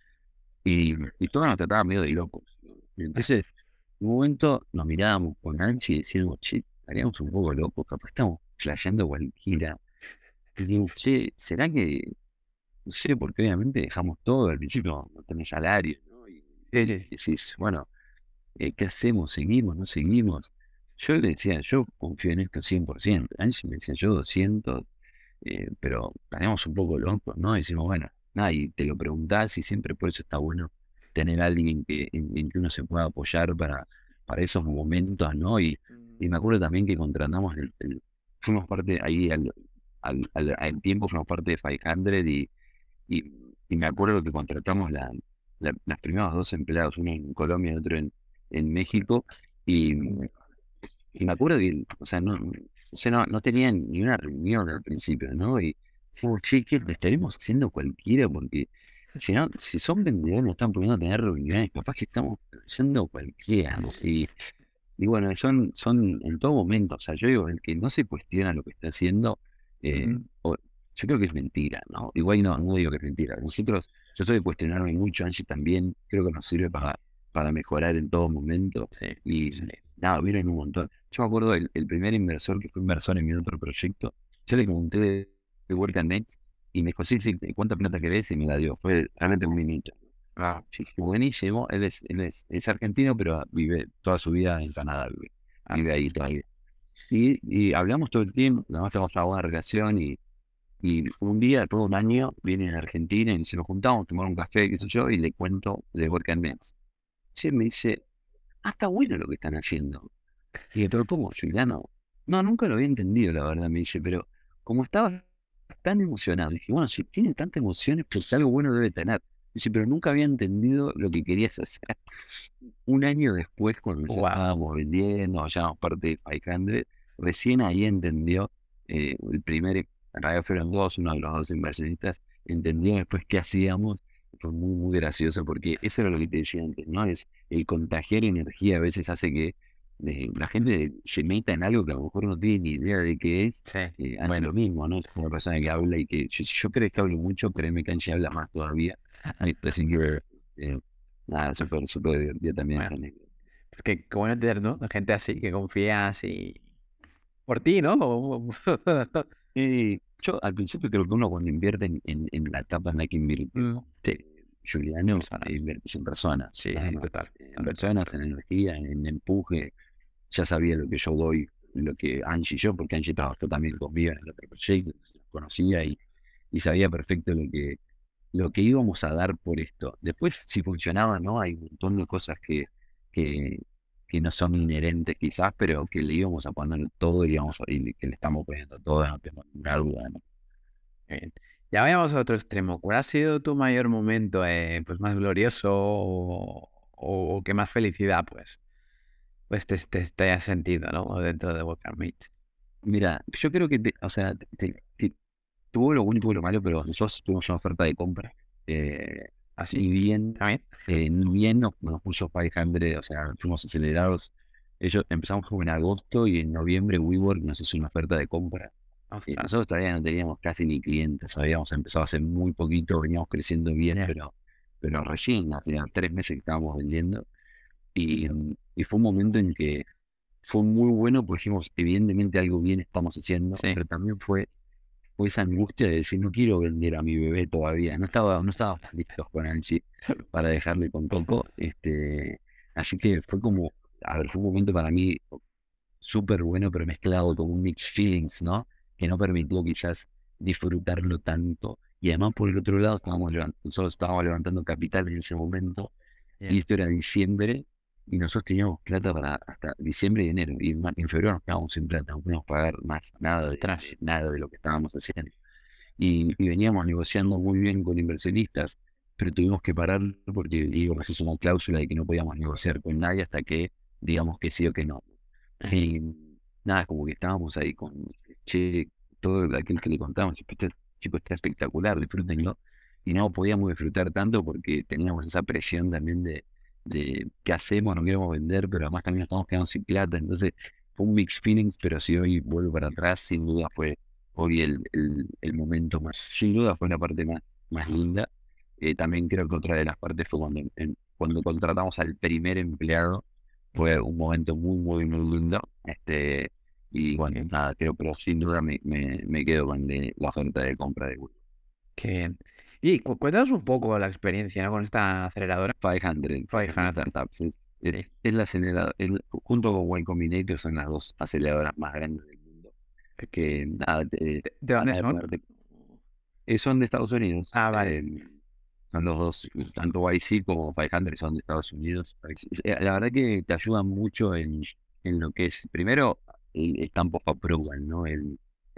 Y, y todos nos trataban medio de locos. Y entonces, en un momento nos mirábamos con Anchi y decíamos, che, estaríamos un poco locos, capaz estamos flasheando cualquiera. Y digo, che, ¿será que, no sé, porque obviamente dejamos todo, al principio no tenés salario, ¿no? Y, sí, y sí, sí. decís, bueno, eh, ¿qué hacemos? ¿Seguimos? ¿No seguimos? Yo le decía, yo confío en esto cien por ciento. Angie me decía, yo doscientos, eh, pero estaríamos un poco locos, ¿no? Y decimos, bueno, nada, y te lo preguntás, y siempre por eso está bueno tener a alguien que, en, en que uno se pueda apoyar para, para esos momentos, ¿no? Y, Mm, y me acuerdo también que contratamos, el, el- fuimos parte ahí al, al, al, al tiempo, fuimos parte de quinientos, y, y, y me acuerdo que contratamos la, la- las primeras dos empleados, uno en Colombia y otro en, en México, y, y me acuerdo que, o sea, no, o sea, no, no tenían ni una reunión al principio, ¿no? Y digo, che, ¿qué le estaremos haciendo cualquiera? Porque si no, si son vendedores, nos están poniendo a tener reuniones, capaz que estamos haciendo cualquiera, ¿no? Y, y bueno, son, son en todo momento, o sea, yo digo, el que no se cuestiona lo que está haciendo, eh, mm, o- yo creo que es mentira, ¿no? Igual no, no digo que es mentira. Nosotros, yo soy de cuestionarme mucho, Angie también, creo que nos sirve para, para mejorar en todo momento. sí, Y sí. nada, vieron un montón. Yo me acuerdo el, el primer inversor que fue inversor en mi otro proyecto, yo le pregunté de, de Work and Next, y me dijo, sí, sí, ¿cuánta plata querés? Y me la dio. Fue realmente un minuto. Ah, sí, dije, buenísimo. Él es, él es, es argentino, pero vive toda su vida en Canadá, vive, Ah, vive ahí todavía. Y, y hablamos todo el tiempo, nada más tenemos una buena relación, y, y un día, todo un año, viene a Argentina y se nos juntamos, tomamos un café, qué sé yo, y le cuento de Work and Next. Sí, me dice, ah, está bueno lo que están haciendo. Y dije, pero ¿cómo, Juliano? No, nunca lo había entendido, la verdad, me dice, pero como estaba tan emocionado, dije, bueno, si tiene tanta emoción es porque algo bueno debe tener. Dice, pero nunca había entendido lo que querías hacer. Un año después, cuando ya wow. estábamos vendiendo, ya éramos parte de quinientos, recién ahí entendió, eh, el primer, en realidad fueron dos, uno de los dos inversionistas, entendió después qué hacíamos. Fue muy, muy gracioso, porque eso era lo que te decía antes, ¿no? Es el contagiar energía a veces hace que eh, la gente se meta en algo que a lo mejor no tiene ni idea de qué es, Sí, eh, hace bueno. lo mismo, ¿no? Es como una persona que habla y que, yo, si yo creo que hablo mucho, créeme que Angie habla más todavía. Eh, Así que, eh, nada, súper, súper divertido también esta Bueno, anécdota. Es que qué bueno tener, ¿no? Gente así, que confía así por ti, ¿no? O- Eh, yo al principio creo que uno cuando invierte en, en, en la etapa en la que invirtió Mm, sí, Juliano, personas. invierte en personas, Sí, nada sí, más. total, En total. personas, en energía, en empuje. Ya sabía lo que yo doy, lo que Angie y yo, porque Angie trabajó también conmigo en el otro proyecto, entonces los conocía y, y sabía perfecto lo que, lo que íbamos a dar por esto. Después, si funcionaba, ¿no? Hay un montón de cosas que, que, que no son inherentes quizás, pero que le íbamos a poner todo y, íbamos a- y que le estamos poniendo todo, no tengo ninguna duda, ¿no? Bien. Ya vayamos a otro extremo. ¿Cuál ha sido tu mayor momento, eh, pues más glorioso o, o, o que más felicidad, pues, pues te, te, te hayas sentido, ¿no? Dentro de Walker Meet. Mira, yo creo que, te- o sea, te- te- te- tuvo lo bueno y tuvo lo malo, pero nosotros tuvimos una oferta de compra. Eh, ¿Así? y bien, ¿También? eh, ni bien nos, nos puso quinientos, o sea, fuimos acelerados. Ellos empezamos como en agosto y en noviembre WeWork nos hizo una oferta de compra. Y Ostras. nosotros todavía no teníamos casi ni clientes, habíamos empezado hace muy poquito, veníamos creciendo bien, Ya. pero, pero recién, hace tres meses que estábamos vendiendo. Y, y fue un momento en que fue muy bueno, porque dijimos, evidentemente algo bien estamos haciendo, Sí. pero también fue fue esa angustia de decir, no quiero vender a mi bebé todavía, no estaba, no estábamos listos con Angie para dejarle con Coco, este, así que fue como, a ver, fue un momento para mí súper bueno, pero mezclado con un mixed feelings, ¿no? Que no permitió quizás disfrutarlo tanto, y además por el otro lado estábamos levantando, nosotros estábamos levantando capital en ese momento, y Ya. esto era diciembre, y nosotros teníamos plata para hasta diciembre y enero, y en ma- en febrero nos quedábamos sin plata, no podíamos pagar más nada de, Ostras. de nada de lo que estábamos haciendo y, y veníamos negociando muy bien con inversionistas, pero tuvimos que parar porque digo, pues es una cláusula de que no podíamos negociar con nadie hasta que digamos que sí o que no. Eh, Y nada, como que estábamos ahí con, che, todo aquel que le contamos, este chico está espectacular, disfrútenlo. Y no podíamos disfrutar tanto porque teníamos esa presión también de, de qué hacemos, no queremos vender, pero además también nos estamos quedando sin plata. Entonces fue un mixed feelings, pero si hoy vuelvo para atrás, sin duda fue hoy el, el, el momento más, sin duda fue la parte más, más linda. Eh, también creo que otra de las partes fue cuando, en- cuando contratamos al primer empleado, fue un momento muy, muy, muy lindo. Este, y bueno, qué, nada, creo, pero sin duda me, me, me quedo con de- la oferta de compra de Google. qué bien. Y cu- cuéntanos un poco la experiencia, ¿no? Con esta aceleradora. quinientos, Five quinientos Hundred. Startups. Es, Sí. es, es la aceleradora, el- junto con Y Combinator son las dos aceleradoras más grandes del mundo. Que nada, te- ¿De, de van dónde a son? poder Eh, son de Estados Unidos. Ah, vale. Eh, son los dos, tanto Y C como quinientos son de Estados Unidos. Eh, La verdad que te ayudan mucho en, en lo que es, primero, el stamp of approval, ¿no? El,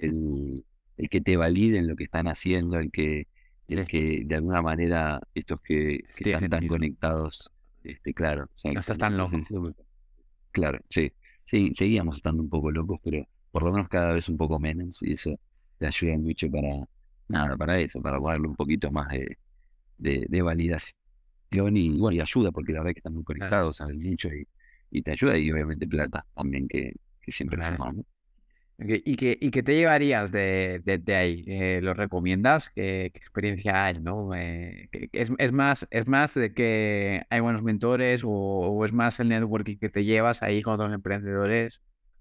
el, el que te validen lo que están haciendo, el que, el Sí. que de alguna manera estos que, que Tiene están tan sentido. conectados, este, claro, No exacto, estás ¿no? tan Entonces, loco. eso me- claro, sí, sí, seguíamos estando un poco locos, pero por lo menos cada vez un poco menos, y eso te ayuda mucho para, nada, para eso, para darle un poquito más de, de, de validación y, bueno, y ayuda, porque la verdad que están muy Vale. conectados al nicho y, y te ayuda, y obviamente plata también, que, que siempre Vale. suma, ¿no? Ok, ¿Y qué, y qué te llevarías de, de, de ahí? Eh, ¿lo recomiendas? ¿Qué, qué experiencia hay, no? Eh, que- que es, es más, ¿es más de que hay buenos mentores o, o es más el networking que te llevas ahí con otros emprendedores?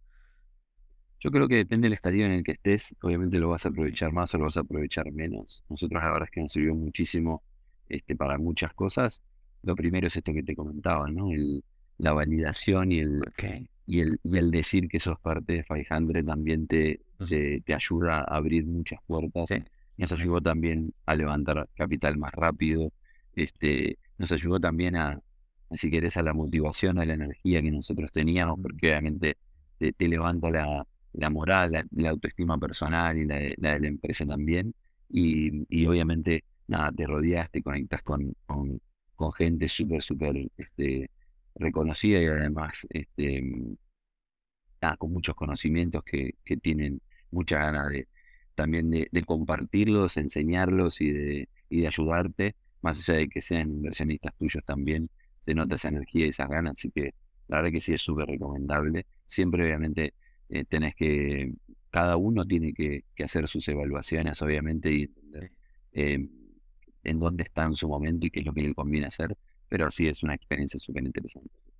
Yo creo que depende del estadio en el que estés, obviamente lo vas a aprovechar más o lo vas a aprovechar menos. Nosotros la verdad es que nos sirvió muchísimo este, para muchas cosas. Lo primero es esto que te comentaba, ¿no? El, la validación y el, Ok. y el, y el decir que sos parte de quinientos también te, Ujú. te, te ayuda a abrir muchas puertas. Sí. Nos ayudó también a levantar capital más rápido. Este, nos ayudó también a, si querés, a la motivación, a la energía que nosotros teníamos, porque obviamente te, te levanta la la moral, la, la autoestima personal y la de la, de la empresa también. Y, y obviamente, nada, te rodeas, te conectas con, con, con gente súper, súper este, reconocida y además este, nada, con muchos conocimientos que, que tienen muchas ganas de también de, de compartirlos, enseñarlos y de, y de ayudarte, más allá de que sean inversionistas tuyos también, se nota esa energía y esas ganas, así que la verdad que sí es súper recomendable. Siempre obviamente eh, tenés que, cada uno tiene que, que hacer sus evaluaciones obviamente y entender eh, en dónde está en su momento y qué es lo que le conviene hacer, pero sí es una experiencia súper interesante.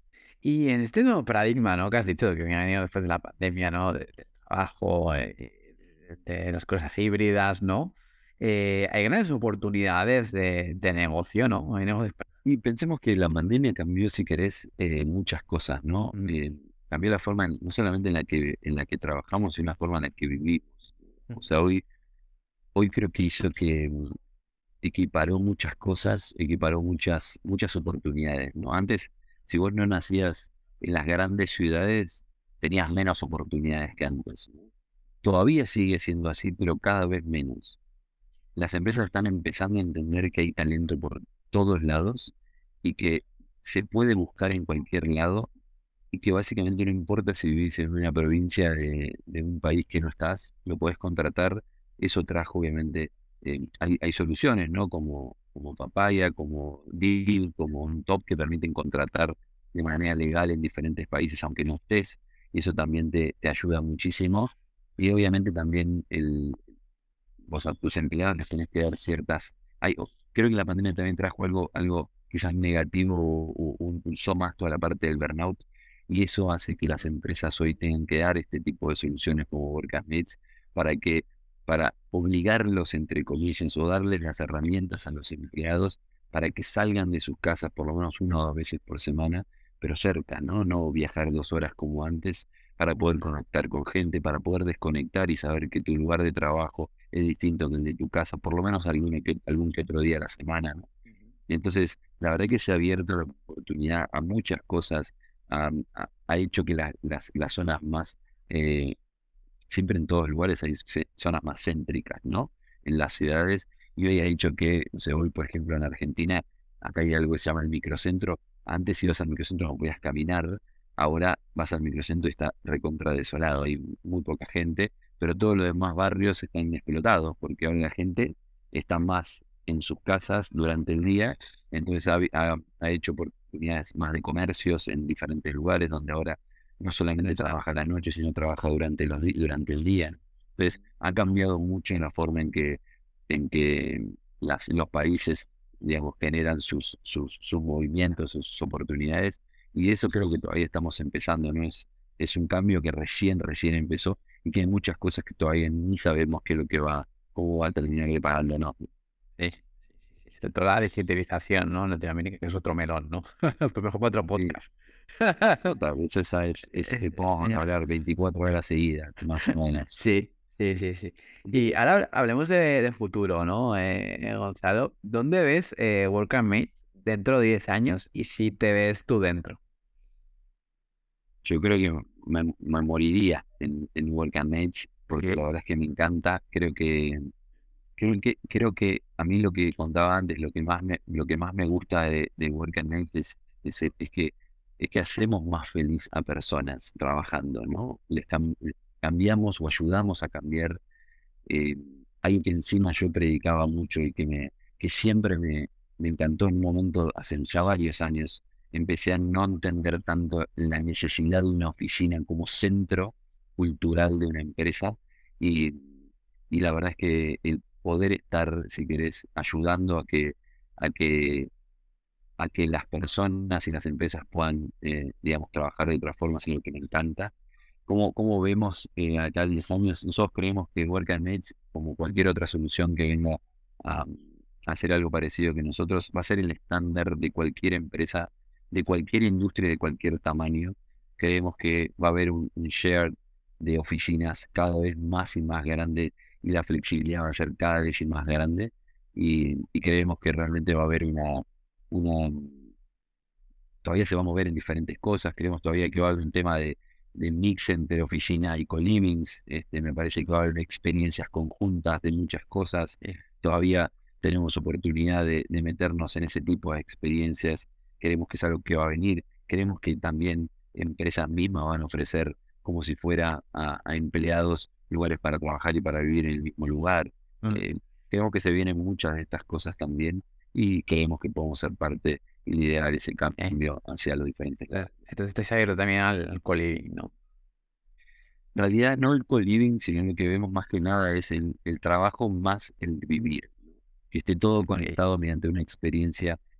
Y en este nuevo paradigma, ¿no? Que has dicho que me ha venido después de la pandemia, ¿no? De- del trabajo, eh, de, de las cosas híbridas, ¿no? Eh, hay grandes oportunidades de, de negocio, ¿no? Hay negocios. Y pensemos que la pandemia cambió, si querés, eh, muchas cosas, ¿no? Mm, Eh, cambió la forma, en- no solamente en la que, en la que trabajamos, sino la forma en la que vivimos. O mm, sea, hoy, hoy creo que hizo que mm, equiparó muchas cosas, equiparó muchas, muchas oportunidades, ¿no? Antes, si vos no nacías en las grandes ciudades, tenías menos oportunidades que antes. Todavía sigue siendo así, pero cada vez menos. Las empresas están empezando a entender que hay talento por todos lados y que se puede buscar en cualquier lado y que básicamente no importa si vivís en una provincia de, de un país que no estás, lo podés contratar. Eso trajo, obviamente, eh, hay, hay soluciones, ¿no? Como, como Papaya, como Deal, como un Top que permiten contratar de manera legal en diferentes países, aunque no estés, y eso también te, te ayuda muchísimo. Y obviamente también el, vos a tus empleados les tenés que dar ciertas... Hay, o- creo que la pandemia también trajo algo, algo quizás negativo o, o impulsó más toda la parte del burnout y eso hace que las empresas hoy tengan que dar este tipo de soluciones como Work as Mates para que, para obligarlos, entre comillas, o darles las herramientas a los empleados para que salgan de sus casas por lo menos una o dos veces por semana, pero cerca, ¿no? No viajar dos horas como antes para poder conectar con gente, para poder desconectar y saber que tu lugar de trabajo es distinto que el de tu casa, por lo menos algún que, algún que otro día a la semana, ¿no? Y entonces, la verdad que se ha abierto la oportunidad a muchas cosas, ha, ha- ha hecho que la- las, las zonas más, eh, siempre en todos lugares hay se- zonas más céntricas, ¿no? En las ciudades, y hoy ha dicho que, no sé, hoy por ejemplo en Argentina, acá hay algo que se llama el microcentro, antes ibas al microcentro no podías caminar, ahora vas al microcentro y está recontra desolado, hay muy poca gente, pero todos los demás barrios están explotados, porque ahora la gente está más en sus casas durante el día, entonces ha, ha, ha hecho oportunidades más de comercios en diferentes lugares donde ahora no solamente trabaja a la noche, sino trabaja durante los di- durante el día. Entonces, ha cambiado mucho en la forma en que, en que las, los países, digamos, generan sus, sus, sus movimientos, sus, sus oportunidades, y eso creo que todavía estamos empezando, ¿no? Es, es un cambio que recién, recién empezó, y que hay muchas cosas que todavía ni sabemos qué es lo que va, cómo va a terminar preparando, ¿no? sí, sí, sí, sí. Sobre todo la digitalización, ¿no? En Latinoamérica, que es otro melón, ¿no? Pues mejor para otro Sí, podcast. total, eso esa es, es, Eh, eh, podemos sí, hablar veinticuatro horas seguidas, más o menos. sí, sí, sí, sí. Y ahora hablemos de, de futuro, ¿no? Eh, Gonzalo, ¿dónde ves eh, Work and Mate dentro de diez años y si te ves tú dentro? Yo creo que me, me moriría en, en Work and Age, porque Sí. la verdad es que me encanta. Creo que, creo que, creo que a mí lo que contaba antes, lo que más me, lo que más me gusta de, de Work and Age es, es, es que, es que hacemos más feliz a personas trabajando, ¿no? Les cam- cambiamos o ayudamos a cambiar eh, algo que encima yo predicaba mucho y que me, que siempre me, me encantó en un momento, hace ya varios años, empecé a no entender tanto la necesidad de una oficina como centro cultural de una empresa y, y la verdad es que el poder estar, si querés, ayudando a que, a que, a que las personas y las empresas puedan, eh, digamos, trabajar de otra forma, es lo que me encanta. ¿Cómo, cómo vemos eh, acá a diez años? Nosotros creemos que Work and Mates, como cualquier otra solución que venga a, a hacer algo parecido que nosotros, va a ser el estándar de cualquier empresa, de cualquier industria, de cualquier tamaño. Creemos que va a haber un, un share de oficinas cada vez más y más grande y la flexibilidad va a ser cada vez y más grande. Y, y creemos que realmente va a haber una, una todavía se va a mover en diferentes cosas. Creemos todavía que va a haber un tema de, de mix entre oficina y co-livings. Este, me parece que va a haber experiencias conjuntas de muchas cosas. Sí. Todavía tenemos oportunidad de, de meternos en ese tipo de experiencias. Creemos que es algo que va a venir. Creemos que también empresas mismas van a ofrecer como si fuera a, a empleados lugares para trabajar y para vivir en el mismo lugar. Mm. Eh, Creemos que se vienen muchas de estas cosas también y creemos que podemos ser parte y liderar ese Eh, cambio hacia los diferentes lados. Entonces, entonces estáis abierto también al, al co-living, ¿no? En realidad, no el co-living, sino lo que vemos más que nada es el, el trabajo más el vivir, que esté todo Ok. conectado mediante una experiencia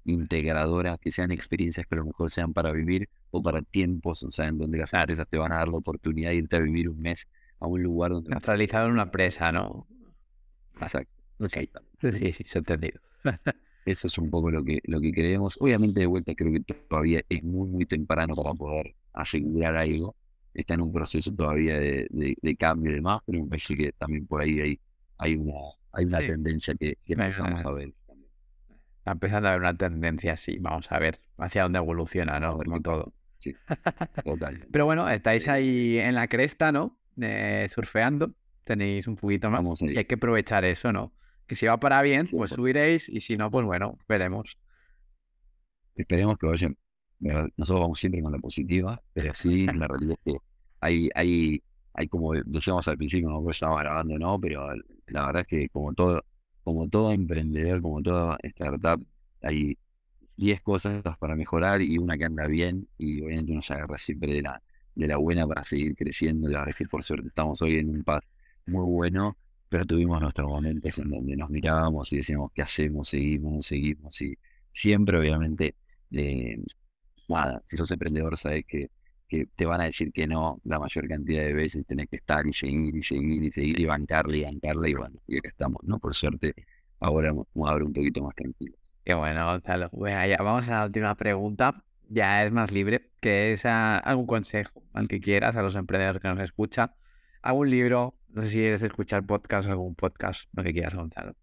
integradoras, que sean experiencias que a lo mejor sean para vivir o para tiempos, o sea, en donde las empresas te van a dar la oportunidad de irte a vivir un mes a un lugar donde vas a poder Neutralizado en una experimentar presa, cosas. ¿no? Exacto, Ok. exactamente, Sí, ¿no? sí, sí, se ha entendido. Eso es un poco lo que, lo que creemos. Obviamente, de vuelta, creo que todavía es muy, muy temprano para poder asegurar algo. Está en un proceso todavía de, de, de cambio y demás, pero me parece que también por ahí hay, hay una, hay una Sí. tendencia que, que empezamos Venga, a ver. está empezando a haber una tendencia así. Vamos a ver hacia dónde evoluciona, Vamos ¿no? a ver Como qué pasa. todo. Sí, totalmente. Pero bueno, estáis Eh, ahí en la cresta, ¿no? Eh, surfeando. Tenéis un poquito más. vamos a Y ir, hay que aprovechar eso, ¿no? Que si va para bien, pues cien por ciento. subiréis. Y si no, pues bueno, veremos. Esperemos que vayan. Mira, nosotros vamos siempre con la positiva, pero sí, la realidad es que hay, hay, hay como decíamos al principio, no pues estaba grabando, no, pero la verdad es que como todo, como todo emprendedor, como toda startup, hay diez cosas para mejorar y una que anda bien, y obviamente uno se agarra siempre de la, de la buena para seguir creciendo. La verdad es que por suerte estamos hoy en un path muy bueno, pero tuvimos nuestros momentos en donde nos mirábamos y decíamos, ¿qué hacemos? Seguimos, no seguimos, y siempre obviamente eh, nada, si sos emprendedor sabes que, que te van a decir que no la mayor cantidad de veces, tenés que estar y seguir y seguir y seguir y bancarle y bancarle y bueno, y acá estamos, ¿no? Por suerte ahora vamos a ver un poquito más tranquilos. Qué bueno, Gonzalo. Bueno, ya vamos a la última pregunta. Ya es más libre, que es ah, algún consejo al que quieras, a los emprendedores que nos escuchan. Algún libro, no sé si quieres escuchar podcast, algún podcast, lo que quieras, Gonzalo.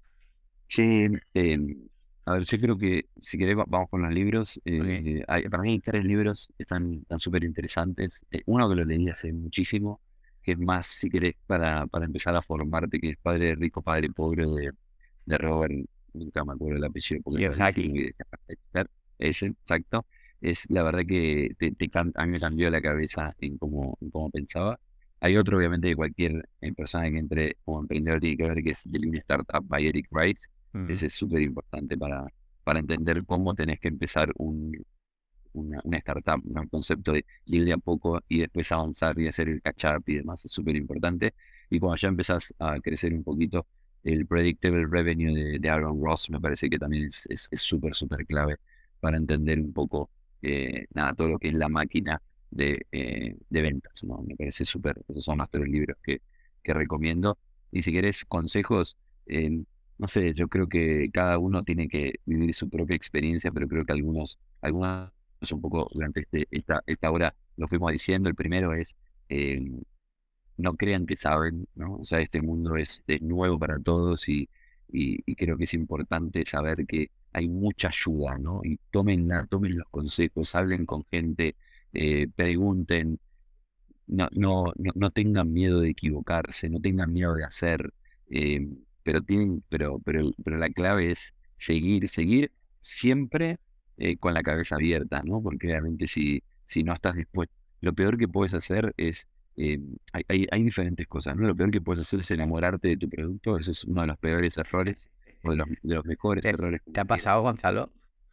Sí, eh, a ver, yo creo que si querés va- vamos con los libros. Ok. Eh, hay- para mí hay tres libros que están tan súper interesantes. Eh, uno que lo leí hace muchísimo, que es más, si querés, para, para empezar a formarte, que es Padre Rico, Padre Pobre de, de Robert, nunca me acuerdo el apellido porque es Kiyosaki. rarísimo, y de Expert, ese, exacto. Es la verdad que te, te cam- a mí me cambió la cabeza en cómo, en cómo pensaba. Hay otro, obviamente, que cualquier eh, persona que entre como emprendedor tiene que ver, que es The Lean Startup by Eric Rice. Mm. Ese es súper importante para, para entender cómo tenés que empezar un, una, una startup, ¿no? El concepto de ir de a poco y después avanzar y hacer el catch-up y demás es súper importante. Y cuando ya empezás a crecer un poquito, el predictable revenue de, de Aaron Ross me parece que también es es es súper, súper clave para entender un poco eh, nada, todo lo que es la máquina de, eh, de ventas, ¿no? Me parece súper, esos son los tres libros que, que recomiendo. Y si querés consejos, eh, no sé, yo creo que cada uno tiene que vivir su propia experiencia, pero creo que algunos, algunas un poco durante este, esta, esta hora lo fuimos diciendo. El primero es, eh, no crean que saben, ¿no? O sea, este mundo es, es nuevo para todos y, y, y creo que es importante saber que hay mucha ayuda, ¿no? Y tomen, la, tomen los consejos, hablen con gente, eh, pregunten, no, no, no, no tengan miedo de equivocarse, no tengan miedo de hacer, eh, pero tienen, pero, pero, pero la clave es seguir, seguir siempre eh, con la cabeza abierta, ¿no? Porque realmente si, si no estás dispuesto, lo peor que puedes hacer es, eh, hay, hay, hay diferentes cosas, ¿no? Lo peor que puedes hacer es enamorarte de tu producto, ese es uno de los peores errores, o de los, de los mejores ¿Te, errores, te como ha quieras. pasado, Gonzalo?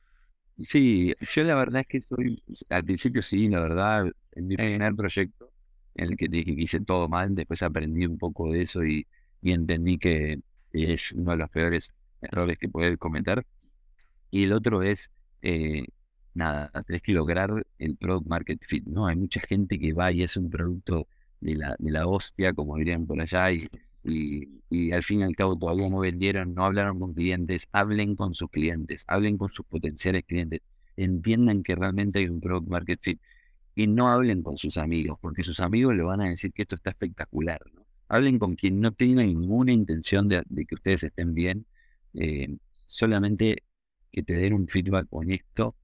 Sí, yo la verdad es que soy, al principio sí, la verdad, en mi Eh, primer proyecto, en el que dije que hice todo mal, después aprendí un poco de eso y, y entendí que es uno de los peores errores que puedes cometer. Y el otro es, eh, nada, tenés que lograr el product market fit, ¿no? Hay mucha gente que va y es un producto de la, de la hostia, como dirían por allá, y, y, y al fin y al cabo todavía no vendieron, no hablaron con clientes. Hablen con sus clientes, hablen con sus potenciales clientes, entiendan que realmente hay un product market fit y no hablen con sus amigos, porque sus amigos le van a decir que esto está espectacular, ¿no? Hablen con quien no tenga ninguna intención de, de que ustedes estén bien, eh, solamente que te den un feedback honesto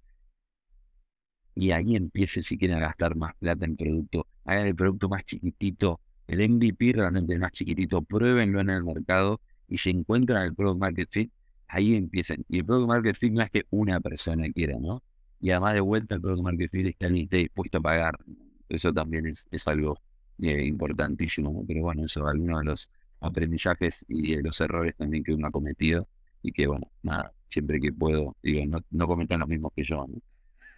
y ahí empiecen si quieren a gastar más plata en producto. Hagan el producto más chiquitito, el M V P realmente más chiquitito, pruébenlo en el mercado y si encuentran el product market fit, ahí empiecen. Y el product market fit no es que una persona quiera, ¿no? Y además de vuelta el product market fit es que alguien esté dispuesto a pagar. Eso también es, es algo eh, importantísimo, ¿no? Pero bueno, eso es algunos de los aprendizajes y de los errores también que uno ha cometido y que bueno, nada, siempre que puedo, digo, no, no cometan los mismos que yo, ¿no?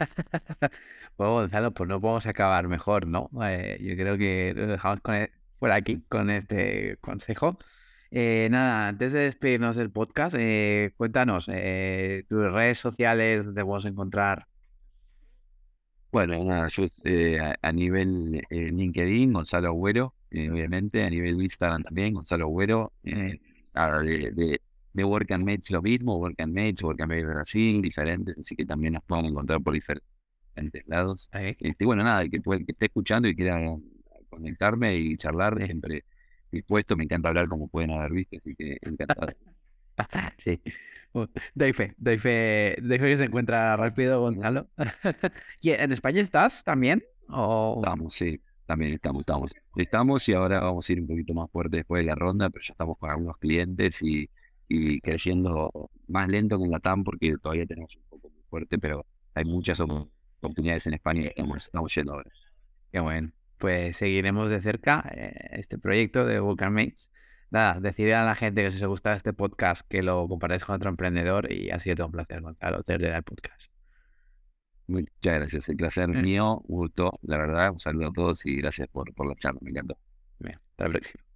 Bueno, Gonzalo, pues no podemos acabar mejor, ¿no? Eh, yo creo que lo dejamos con e- por aquí con este consejo. Eh, nada, antes de despedirnos del podcast, eh, cuéntanos eh, tus redes sociales, donde podemos encontrar. Bueno, nada, yo eh, a, a nivel eh, LinkedIn, Gonzalo Agüero, eh, obviamente, a nivel Instagram también, Gonzalo Agüero, eh, ahora de, de, de Work and Mates lo mismo, Work and Mates, Work and Mates Brasil, diferentes, así que también nos pueden encontrar por diferentes lados. Eh, Este, bueno, nada, el que, puede- el que esté escuchando y quiera conectarme y charlar, sí. siempre dispuesto, me encanta hablar como pueden haber visto, así que encantado. Sí. Uh, doy fe, doy fe, doy fe que se encuentra rápido, Gonzalo. ¿Y en España estás también? ¿O Estamos, sí, también estamos, estamos. Estamos y ahora vamos a ir un poquito más fuerte después de la ronda, pero ya estamos con algunos clientes y, y creciendo más lento que en la T A M porque todavía tenemos un poco muy fuerte, pero hay muchas op- oportunidades en España y estamos, estamos yendo ahora. qué bueno? Pues seguiremos de cerca eh, este proyecto de Vulcan Mates. Nada, decirle a la gente que si os gusta este podcast que lo compartáis con otro emprendedor y ha sido todo un placer, Gonzalo, desde el podcast. Muchas gracias, el placer Eh, mío, un gusto, la verdad, un saludo a todos y gracias por, por la charla, me encantó. bien, hasta la próxima.